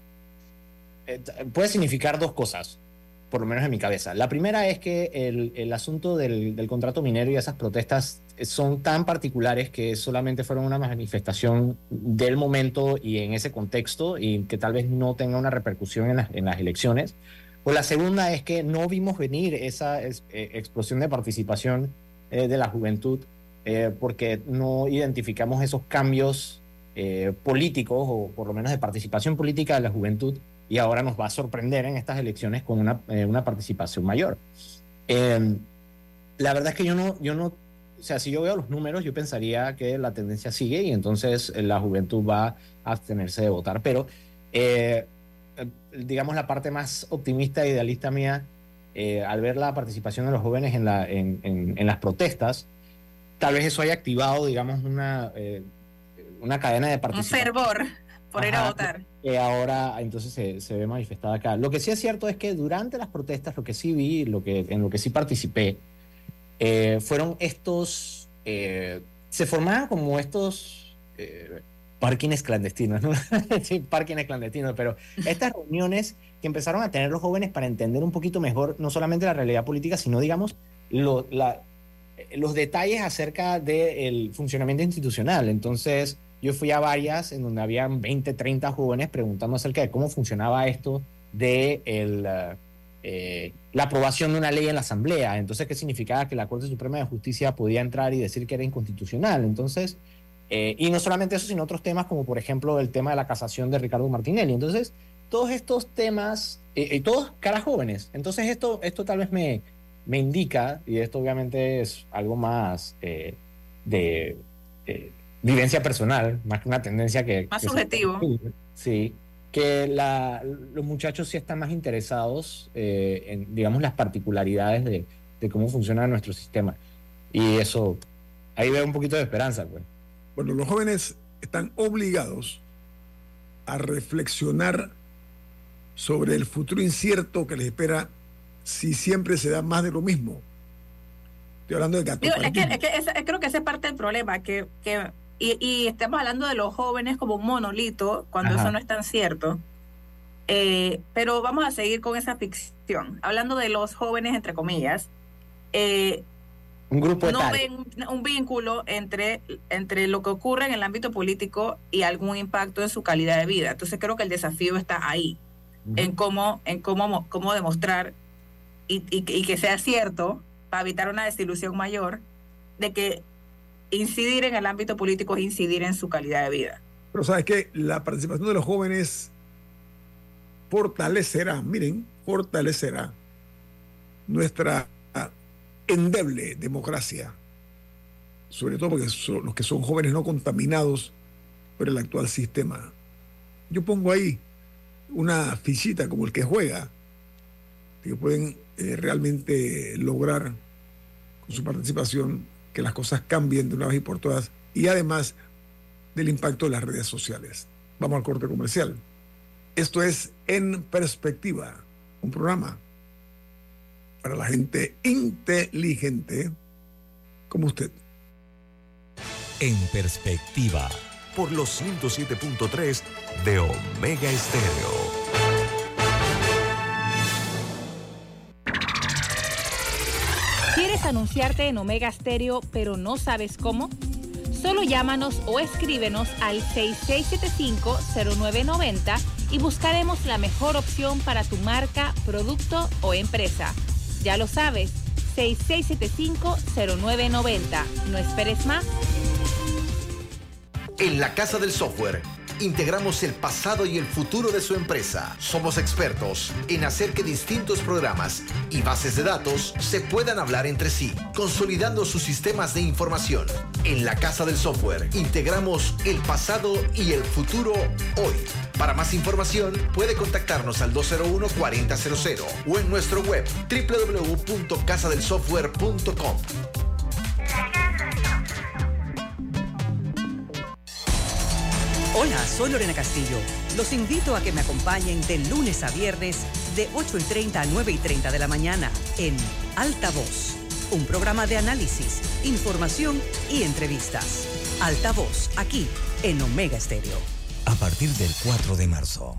eh, puede significar dos cosas, por lo menos en mi cabeza. La primera es que el, el asunto del, del contrato minero y esas protestas son tan particulares que solamente fueron una manifestación del momento y en ese contexto y que tal vez no tenga una repercusión en las, en las elecciones. O la segunda es que no vimos venir esa es, eh, explosión de participación eh, de la juventud eh, porque no identificamos esos cambios eh, políticos o por lo menos de participación política de la juventud y ahora nos va a sorprender en estas elecciones con una, eh, una participación mayor. Eh, la verdad es que yo no, yo no, o sea, si yo veo los números, yo pensaría que la tendencia sigue y entonces la juventud va a abstenerse de votar, pero eh, digamos la parte más optimista e idealista mía, eh, al ver la participación de los jóvenes en, la, en, en, en las protestas, tal vez eso haya activado, digamos, una, eh, una cadena de participación. Un fervor por ir a votar. Que ahora entonces se, se ve manifestada acá. Lo que sí es cierto es que durante las protestas, lo que sí vi, lo que, en lo que sí participé, eh, fueron estos, eh, se formaban como estos eh, parkings clandestinos, ¿no? Sí, parkings clandestinos, pero estas reuniones que empezaron a tener los jóvenes para entender un poquito mejor, no solamente la realidad política, sino, digamos, lo, la, los detalles acerca del funcionamiento institucional. Entonces, yo fui a varias en donde habían veinte, treinta jóvenes preguntando acerca de cómo funcionaba esto de el, eh, la aprobación de una ley en la Asamblea. Entonces, ¿qué significaba? Que la Corte Suprema de Justicia podía entrar y decir que era inconstitucional. Entonces, eh, y no solamente eso, sino otros temas como, por ejemplo, el tema de la casación de Ricardo Martinelli. Entonces, todos estos temas, eh, y todos caras jóvenes. Entonces, esto, esto tal vez me, me indica, y esto obviamente es algo más eh, de... Eh, vivencia personal, más que una tendencia que... Más que subjetivo. Se, sí, que la, los muchachos sí están más interesados eh, en, digamos, las particularidades de, de cómo funciona nuestro sistema. Y eso, ahí veo un poquito de esperanza, pues. Bueno, los jóvenes están obligados a reflexionar sobre el futuro incierto que les espera si siempre se da más de lo mismo. Estoy hablando de gato. Digo, es que, es que esa, creo que esa es parte del problema, que... que Y, y estamos hablando de los jóvenes como un monolito, cuando Ajá. eso no es tan cierto. Eh, pero vamos a seguir con esa ficción. Hablando de los jóvenes, entre comillas, eh, un grupo no ven un vínculo entre, entre lo que ocurre en el ámbito político y algún impacto en su calidad de vida. Entonces creo que el desafío está ahí, uh-huh. en cómo, en cómo, cómo demostrar y, y, y que sea cierto, para evitar una desilusión mayor, de que incidir en el ámbito político es incidir en su calidad de vida. Pero ¿sabes qué? La participación de los jóvenes fortalecerá, miren, fortalecerá nuestra endeble democracia, sobre todo porque son los que son jóvenes no contaminados por el actual sistema. Yo pongo ahí una fichita como el que juega, que pueden eh, realmente lograr con su participación que las cosas cambien de una vez y por todas, y además del impacto de las redes sociales. Vamos al corte comercial. Esto es En Perspectiva, un programa para la gente inteligente como usted. En Perspectiva, por los ciento siete punto tres de Omega Estéreo. ¿Quieres anunciarte en Omega Stereo, pero no sabes cómo? Solo llámanos o escríbenos al seis seis siete cinco, cero nueve nueve cero y buscaremos la mejor opción para tu marca, producto o empresa. Ya lo sabes, seis seis siete cinco, cero nueve nueve cero. No esperes más. En la Casa del Software integramos el pasado y el futuro de su empresa. Somos expertos en hacer que distintos programas y bases de datos se puedan hablar entre sí, consolidando sus sistemas de información. En la Casa del Software integramos el pasado y el futuro hoy. Para más información puede contactarnos al dos cero uno, cuatro cero cero o en nuestro web doble u doble u doble u punto casa del software punto com. Hola, soy Lorena Castillo. Los invito a que me acompañen de lunes a viernes de ocho y treinta a nueve y treinta de la mañana en Alta Voz, un programa de análisis, información y entrevistas. Alta Voz, aquí en Omega Estéreo. A partir del cuatro de marzo.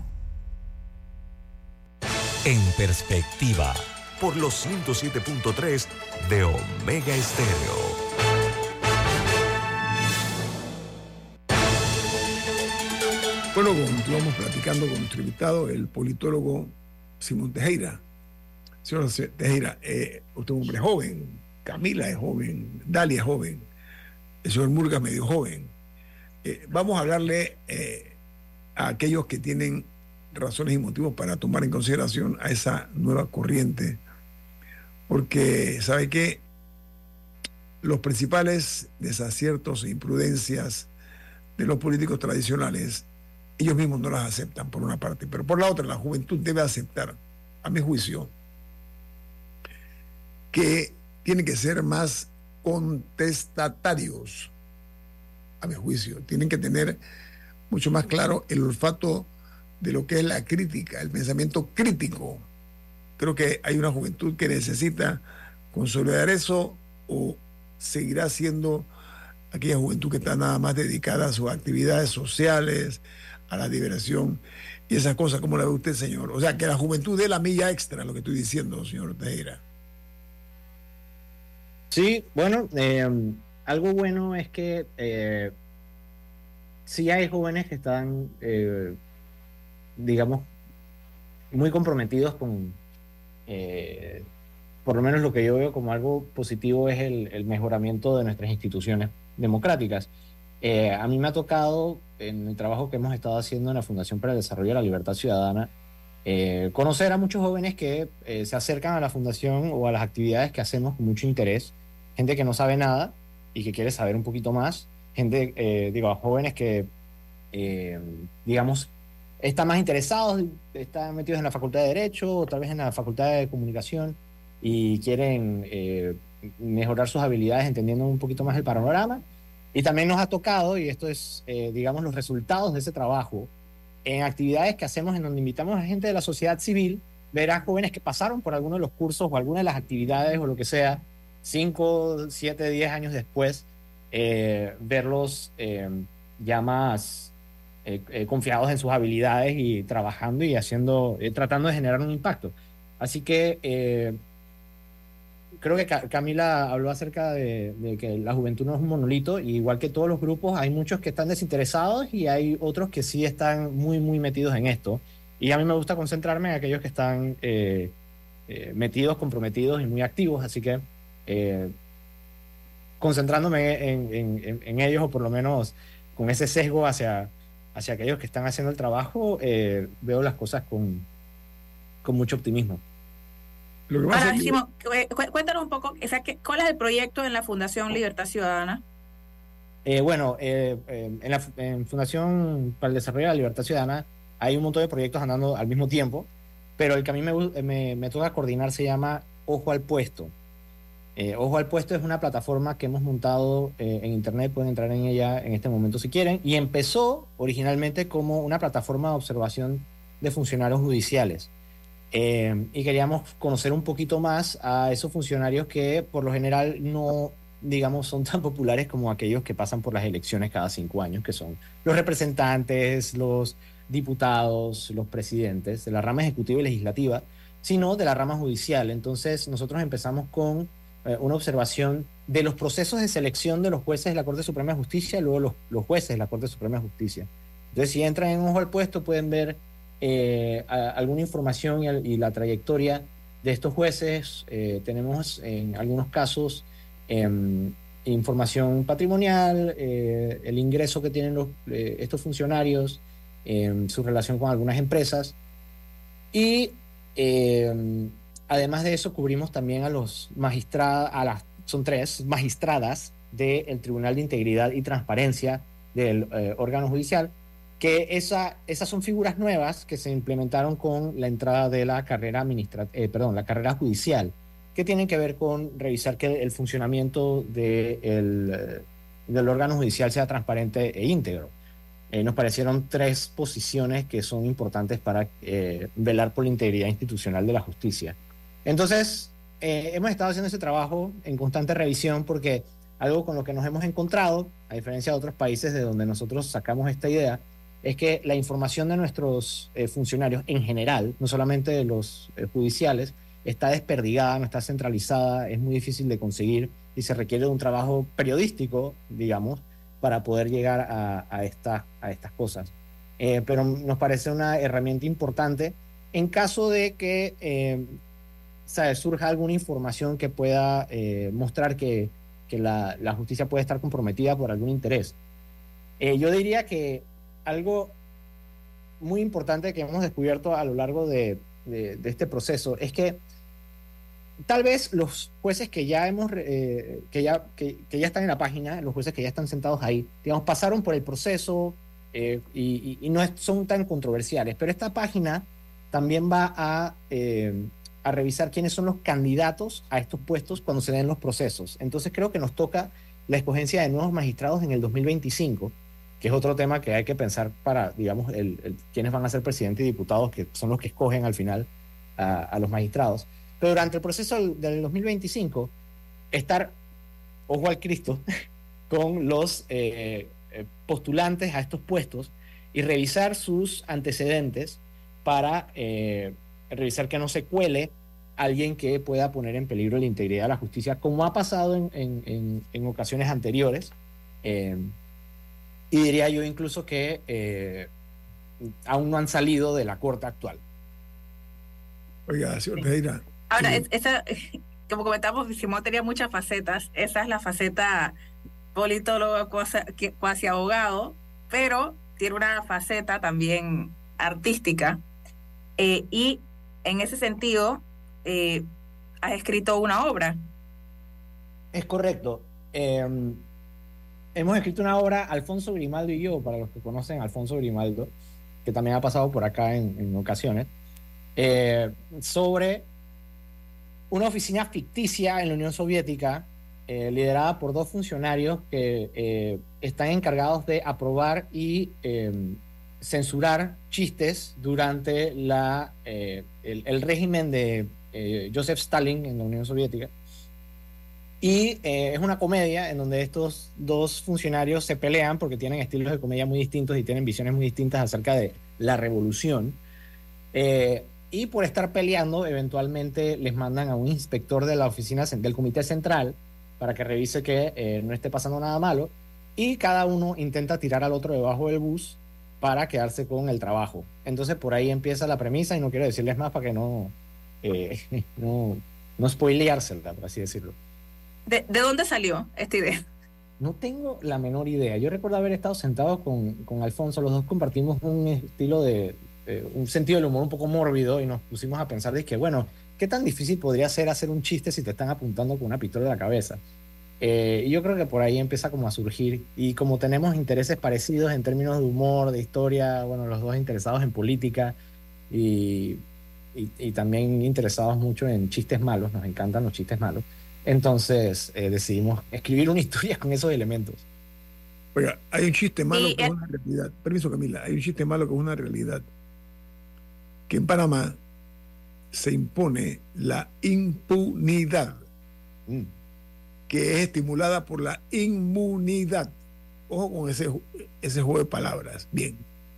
En perspectiva, por los ciento siete punto tres de Omega Estéreo. Bueno, continuamos platicando con nuestro invitado, el politólogo Simón Tejera. Señor Tejera, eh, usted es un hombre joven, Camila es joven, Dalia es joven, el señor Murga es medio joven. Eh, vamos a hablarle eh, a aquellos que tienen razones y motivos para tomar en consideración a esa nueva corriente, porque sabe que los principales desaciertos e imprudencias de los políticos tradicionales, ellos mismos no las aceptan por una parte, pero por la otra la juventud debe aceptar, a mi juicio, que tienen que ser más contestatarios, a mi juicio, tienen que tener mucho más claro el olfato de lo que es la crítica, el pensamiento crítico. Creo que hay una juventud que necesita consolidar eso, o seguirá siendo aquella juventud que está nada más dedicada a sus actividades sociales, a la diversión y esas cosas. ¿Cómo la ve usted, señor? O sea, que la juventud dé la milla extra, lo que estoy diciendo, señor Tejera. Sí, bueno, eh, algo bueno es que eh, sí hay jóvenes que están, eh, digamos, muy comprometidos con, eh, por lo menos lo que yo veo como algo positivo es el, el mejoramiento de nuestras instituciones democráticas. Eh, a mí me ha tocado, en el trabajo que hemos estado haciendo en la Fundación para el Desarrollo de la Libertad Ciudadana, eh, conocer a muchos jóvenes que eh, se acercan a la Fundación o a las actividades que hacemos con mucho interés, gente que no sabe nada y que quiere saber un poquito más, gente, eh, digo, jóvenes que, eh, digamos, están más interesados, están metidos en la Facultad de Derecho o tal vez en la Facultad de Comunicación y quieren eh, mejorar sus habilidades entendiendo un poquito más el panorama. Y también nos ha tocado, y esto es, eh, digamos, los resultados de ese trabajo, en actividades que hacemos en donde invitamos a gente de la sociedad civil, ver a jóvenes que pasaron por alguno de los cursos o alguna de las actividades o lo que sea, cinco, siete, diez años después, eh, verlos eh, ya más eh, eh, confiados en sus habilidades y trabajando y haciendo, eh, tratando de generar un impacto. Así que eh, creo que Camila habló acerca de, de que la juventud no es un monolito, y igual que todos los grupos, hay muchos que están desinteresados y hay otros que sí están muy, muy metidos en esto. Y a mí me gusta concentrarme en aquellos que están eh, eh, metidos, comprometidos y muy activos, así que eh, concentrándome en, en, en ellos, o por lo menos con ese sesgo hacia, hacia aquellos que están haciendo el trabajo, eh, veo las cosas con, con mucho optimismo. Ahora, Simón, cuéntanos un poco, o sea, ¿cuál es el proyecto en la Fundación Libertad Ciudadana? Eh, bueno, eh, eh, en la en Fundación para el Desarrollo de la Libertad Ciudadana hay un montón de proyectos andando al mismo tiempo, pero el que a mí me, me, me toca coordinar se llama Ojo al Puesto. Eh, Ojo al Puesto es una plataforma que hemos montado eh, en internet, pueden entrar en ella en este momento si quieren, y empezó originalmente como una plataforma de observación de funcionarios judiciales. Eh, y queríamos conocer un poquito más a esos funcionarios que por lo general no, digamos, son tan populares como aquellos que pasan por las elecciones cada cinco años, que son los representantes, los diputados, los presidentes de la rama ejecutiva y legislativa, sino de la rama judicial. Entonces nosotros empezamos con eh, una observación de los procesos de selección de los jueces de la Corte Suprema de Justicia y luego los, los jueces de la Corte Suprema de Justicia. Entonces, si entran en Ojo al Puesto, pueden ver Eh, a, alguna información y, a, y la trayectoria de estos jueces. Eh, tenemos en algunos casos eh, información patrimonial, eh, el ingreso que tienen los, eh, estos funcionarios, eh, su relación con algunas empresas. Y eh, además de eso, cubrimos también a los magistrados, a las, son tres magistradas del Tribunal de Integridad y Transparencia del eh, órgano judicial, que esa, esas son figuras nuevas que se implementaron con la entrada de la carrera administra eh, perdón, la carrera judicial, que tienen que ver con revisar que el funcionamiento de el, eh, del órgano judicial sea transparente e íntegro. Eh, nos parecieron tres posiciones que son importantes para eh, velar por la integridad institucional de la justicia. Entonces, eh, hemos estado haciendo ese trabajo en constante revisión porque algo con lo que nos hemos encontrado, a diferencia de otros países de donde nosotros sacamos esta idea, es que la información de nuestros eh, funcionarios en general, no solamente de los eh, judiciales, está desperdigada, no está centralizada, es muy difícil de conseguir y se requiere de un trabajo periodístico, digamos, para poder llegar a, a, esta, a estas cosas. Eh, pero nos parece una herramienta importante en caso de que eh, ¿sabes? surja alguna información que pueda eh, mostrar que, que la, la justicia puede estar comprometida por algún interés. Eh, yo diría que algo muy importante que hemos descubierto a lo largo de, de, de este proceso es que tal vez los jueces que ya hemos eh, que ya que, que ya están en la página, los jueces que ya están sentados ahí, digamos, pasaron por el proceso eh, y, y, y no es, son tan controversiales, pero esta página también va a eh, a revisar quiénes son los candidatos a estos puestos cuando se den los procesos. Entonces creo que nos toca la escogencia de nuevos magistrados en el dos mil veinticinco, que es otro tema que hay que pensar para, digamos, el, el, quiénes van a ser presidentes y diputados, que son los que escogen al final a, a los magistrados. Pero durante el proceso del, del dos mil veinticinco, estar, ojo al Cristo, con los eh, postulantes a estos puestos y revisar sus antecedentes para eh, revisar que no se cuele alguien que pueda poner en peligro la integridad de la justicia, como ha pasado en, en, en, en ocasiones anteriores. Eh, y diría yo incluso que eh, aún no han salido de la corte actual. Oiga, señor Pereira. Ahora, sí. es, esa, como comentamos, Simón tenía muchas facetas. Esa es la faceta politólogo, cuasi, cuasi abogado, pero tiene una faceta también artística. Eh, y en ese sentido, eh, has escrito una obra. Es correcto. Eh, hemos escrito una obra, Alfonso Grimaldo y yo, para los que conocen a Alfonso Grimaldo, que también ha pasado por acá en, en ocasiones, eh, sobre una oficina ficticia en la Unión Soviética, eh, liderada por dos funcionarios que eh, están encargados de aprobar y eh, censurar chistes durante la, eh, el, el régimen de eh, Joseph Stalin en la Unión Soviética. Y eh, es una comedia en donde estos dos funcionarios se pelean porque tienen estilos de comedia muy distintos y tienen visiones muy distintas acerca de la revolución. Eh, y por estar peleando, eventualmente les mandan a un inspector de la oficina del Comité Central para que revise que eh, no esté pasando nada malo. Y cada uno intenta tirar al otro debajo del bus para quedarse con el trabajo. Entonces por ahí empieza la premisa y no quiero decirles más para que no, eh, no, no spoileársela, por así decirlo. ¿De, ¿De dónde salió esta idea? No tengo la menor idea. Yo recuerdo haber estado sentado con, con Alfonso, los dos compartimos un estilo de, eh, un sentido del humor un poco mórbido y nos pusimos a pensar de que, bueno, ¿qué tan difícil podría ser hacer un chiste si te están apuntando con una pistola en la cabeza? Eh, y yo creo que por ahí empieza como a surgir, y como tenemos intereses parecidos en términos de humor, de historia, bueno, los dos interesados en política y, y, y también interesados mucho en chistes malos, nos encantan los chistes malos, entonces eh, decidimos escribir una historia con esos elementos. Oiga, hay un chiste malo y, que eh, es una realidad. Permiso, Camila, hay un chiste malo que es una realidad. Que en Panamá se impone la impunidad. Mm. que es estimulada por la inmunidad. Ojo con ese, ese juego de palabras. Bien.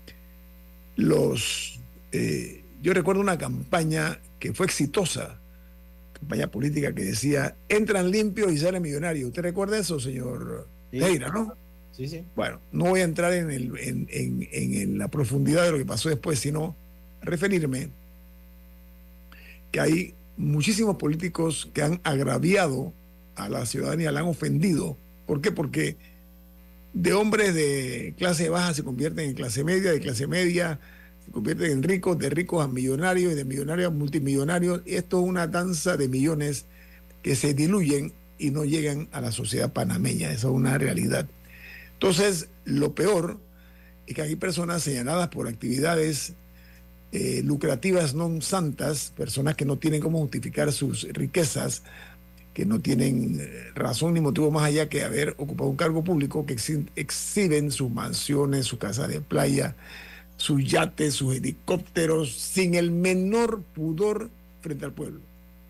Los, eh, yo recuerdo una campaña que fue exitosa, campaña política que decía, entran limpios y salen millonarios. ¿Usted recuerda eso, señor Leira, sí, no? Sí, sí. Bueno, no voy a entrar en, el, en, en, en, en la profundidad de lo que pasó después, sino referirme que ahí muchísimos políticos que han agraviado a la ciudadanía, la han ofendido. ¿Por qué? Porque de hombres de clase baja se convierten en clase media, de clase media se convierten en ricos, de ricos a millonarios y de millonarios a multimillonarios. Esto es una danza de millones que se diluyen y no llegan a la sociedad panameña. Esa es una realidad. Entonces, lo peor es que hay personas señaladas por actividades eh, lucrativas no santas, personas que no tienen cómo justificar sus riquezas, que no tienen eh, razón ni motivo más allá que haber ocupado un cargo público, que exhi- exhiben sus mansiones, su casa de playa, sus yates, sus helicópteros, sin el menor pudor frente al pueblo.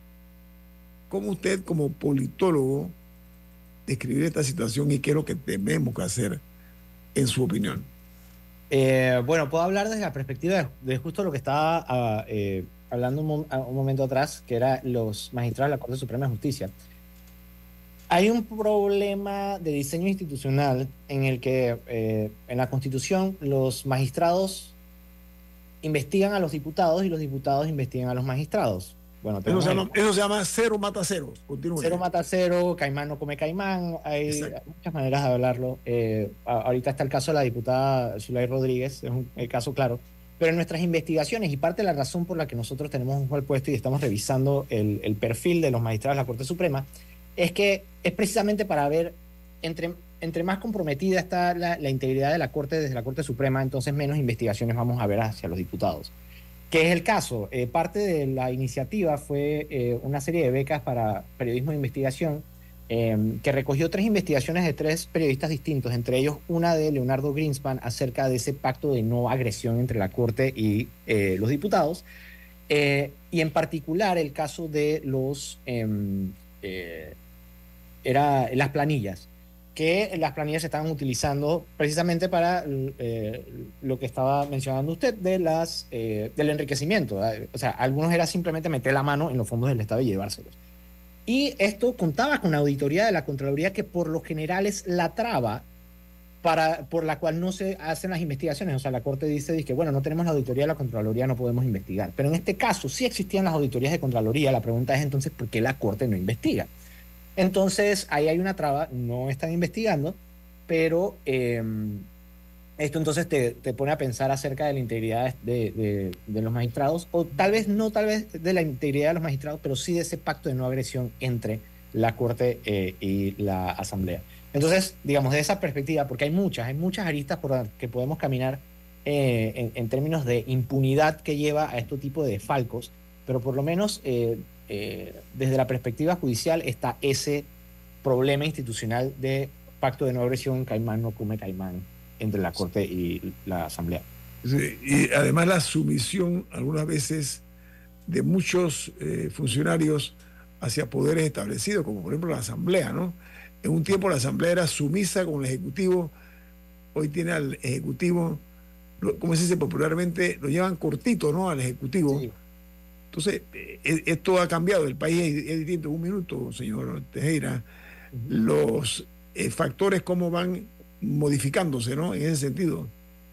¿Cómo usted, como politólogo, describir esta situación y qué es lo que tenemos que hacer, en su opinión? Eh, bueno, puedo hablar desde la perspectiva de, de justo lo que estaba uh, eh, hablando un, mo un momento atrás, que era los magistrados de la Corte Suprema de Justicia. Hay un problema de diseño institucional en el que eh, en la Constitución los magistrados investigan a los diputados y los diputados investigan a los magistrados. Bueno, eso, se llama, eso se llama cero mata cero. Continúe. Cero mata cero, caimán no come caimán. Hay Exacto. muchas maneras de hablarlo. Eh, ahorita está el caso de la diputada Zulay Rodríguez, es un el caso claro. Pero en nuestras investigaciones, y parte de la razón por la que nosotros tenemos un juez puesto y estamos revisando el, el perfil de los magistrados de la Corte Suprema, es que es precisamente para ver, entre, entre más comprometida está la, la integridad de la Corte desde la Corte Suprema, entonces menos investigaciones vamos a ver hacia los diputados. ¿Qué es el caso? Eh, parte de la iniciativa fue eh, una serie de becas para periodismo de investigación eh, que recogió tres investigaciones de tres periodistas distintos, entre ellos una de Leonardo Greenspan acerca de ese pacto de no agresión entre la Corte y eh, los diputados, eh, y en particular el caso de los eh, eh, era las planillas, que las planillas se estaban utilizando precisamente para eh, lo que estaba mencionando usted de las, eh, del enriquecimiento. ¿verdad? O sea, algunos era simplemente meter la mano en los fondos del Estado y llevárselos. Y esto contaba con una auditoría de la Contraloría que por lo general es la traba para, por la cual no se hacen las investigaciones. O sea, la Corte dice, dice que, bueno, no tenemos la auditoría de la Contraloría, no podemos investigar. Pero en este caso sí existían las auditorías de Contraloría. La pregunta es entonces, ¿por qué la Corte no investiga? Entonces, ahí hay una traba, no están investigando, pero eh, esto entonces te, te pone a pensar acerca de la integridad de, de, de los magistrados, o tal vez no tal vez de la integridad de los magistrados, pero sí de ese pacto de no agresión entre la Corte eh, y la Asamblea. Entonces, digamos, de esa perspectiva, porque hay muchas, hay muchas aristas por las que podemos caminar eh, en, en términos de impunidad que lleva a este tipo de desfalcos, pero por lo menos... Eh, Eh, desde la perspectiva judicial está ese problema institucional de pacto de no agresión, caimán no come caimán, entre la Corte y la Asamblea. Sí, y además la sumisión algunas veces de muchos eh, funcionarios hacia poderes establecidos, como por ejemplo la Asamblea, ¿no? En un tiempo la Asamblea era sumisa con el Ejecutivo, hoy tiene al Ejecutivo, como se dice popularmente, lo llevan cortito, ¿no? Al Ejecutivo. Sí. Entonces, esto ha cambiado, el país es distinto. Un minuto, señor Tejera. Uh-huh. Los eh, factores, cómo van modificándose, ¿no? En ese sentido.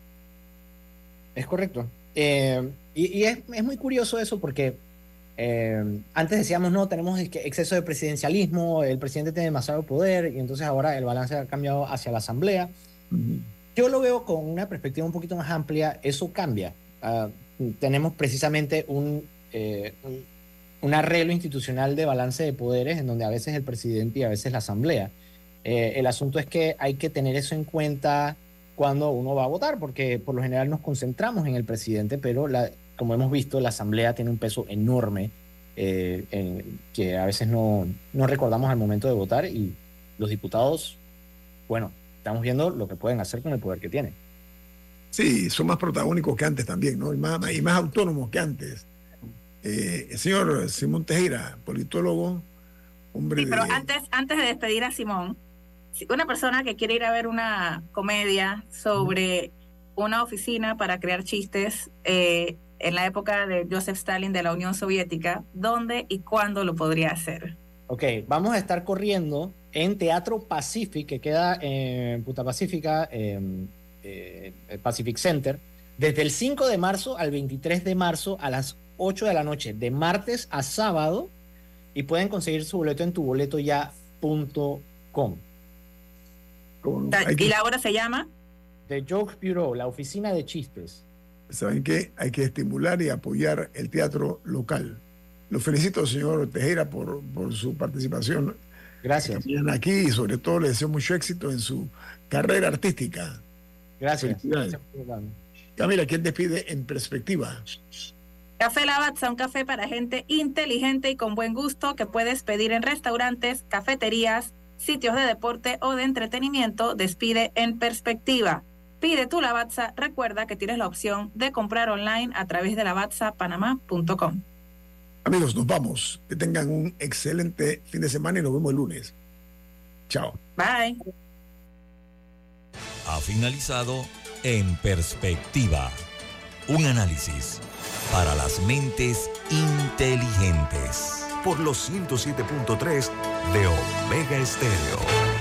Es correcto. Eh, y y es, es muy curioso eso porque eh, antes decíamos, no, tenemos exceso de presidencialismo, el presidente tiene demasiado poder, y entonces ahora el balance ha cambiado hacia la Asamblea. Uh-huh. Yo lo veo con una perspectiva un poquito más amplia, eso cambia. Uh, tenemos precisamente un... Eh, un, un arreglo institucional de balance de poderes en donde a veces el presidente y a veces la Asamblea. Eh, el asunto es que hay que tener eso en cuenta cuando uno va a votar, porque por lo general nos concentramos en el presidente, pero la, como hemos visto, la Asamblea tiene un peso enorme eh, en, que a veces no, no recordamos al momento de votar, y los diputados, bueno, estamos viendo lo que pueden hacer con el poder que tienen. Sí, son más protagónicos que antes también, ¿no? Y más, y más autónomos que antes. Eh, el señor Simón Tejera, politólogo, hombre. Sí, pero de... antes, antes de despedir a Simón, una persona que quiere ir a ver una comedia sobre una oficina para crear chistes eh, en la época de Joseph Stalin de la Unión Soviética, ¿dónde y cuándo lo podría hacer? Ok, vamos a estar corriendo en Teatro Pacific, que queda en Punta Pacífica, eh, eh, Pacific Center, desde el cinco de marzo al veintitrés de marzo a las ocho de la noche, de martes a sábado, y pueden conseguir su boleto en tu boleto ya punto com. ¿Y la obra se llama? The Joke Bureau, la oficina de chistes. ¿Saben qué? Hay que estimular y apoyar el teatro local. Lo felicito, señor Tejera, por, por su participación. Gracias. Aquí y sobre todo le deseo mucho éxito en su carrera artística. Gracias. Gracias. Camila, ¿quién despide en perspectiva? Café Lavazza, un café para gente inteligente y con buen gusto que puedes pedir en restaurantes, cafeterías, sitios de deporte o de entretenimiento. Despide en perspectiva. Pide tu Lavazza. Recuerda que tienes la opción de comprar online a través de lavazza panamá punto com. Amigos, nos vamos. Que tengan un excelente fin de semana y nos vemos el lunes. Chao. Bye. Ha finalizado En Perspectiva, un análisis para las mentes inteligentes. Por los ciento siete punto tres de Omega Estéreo.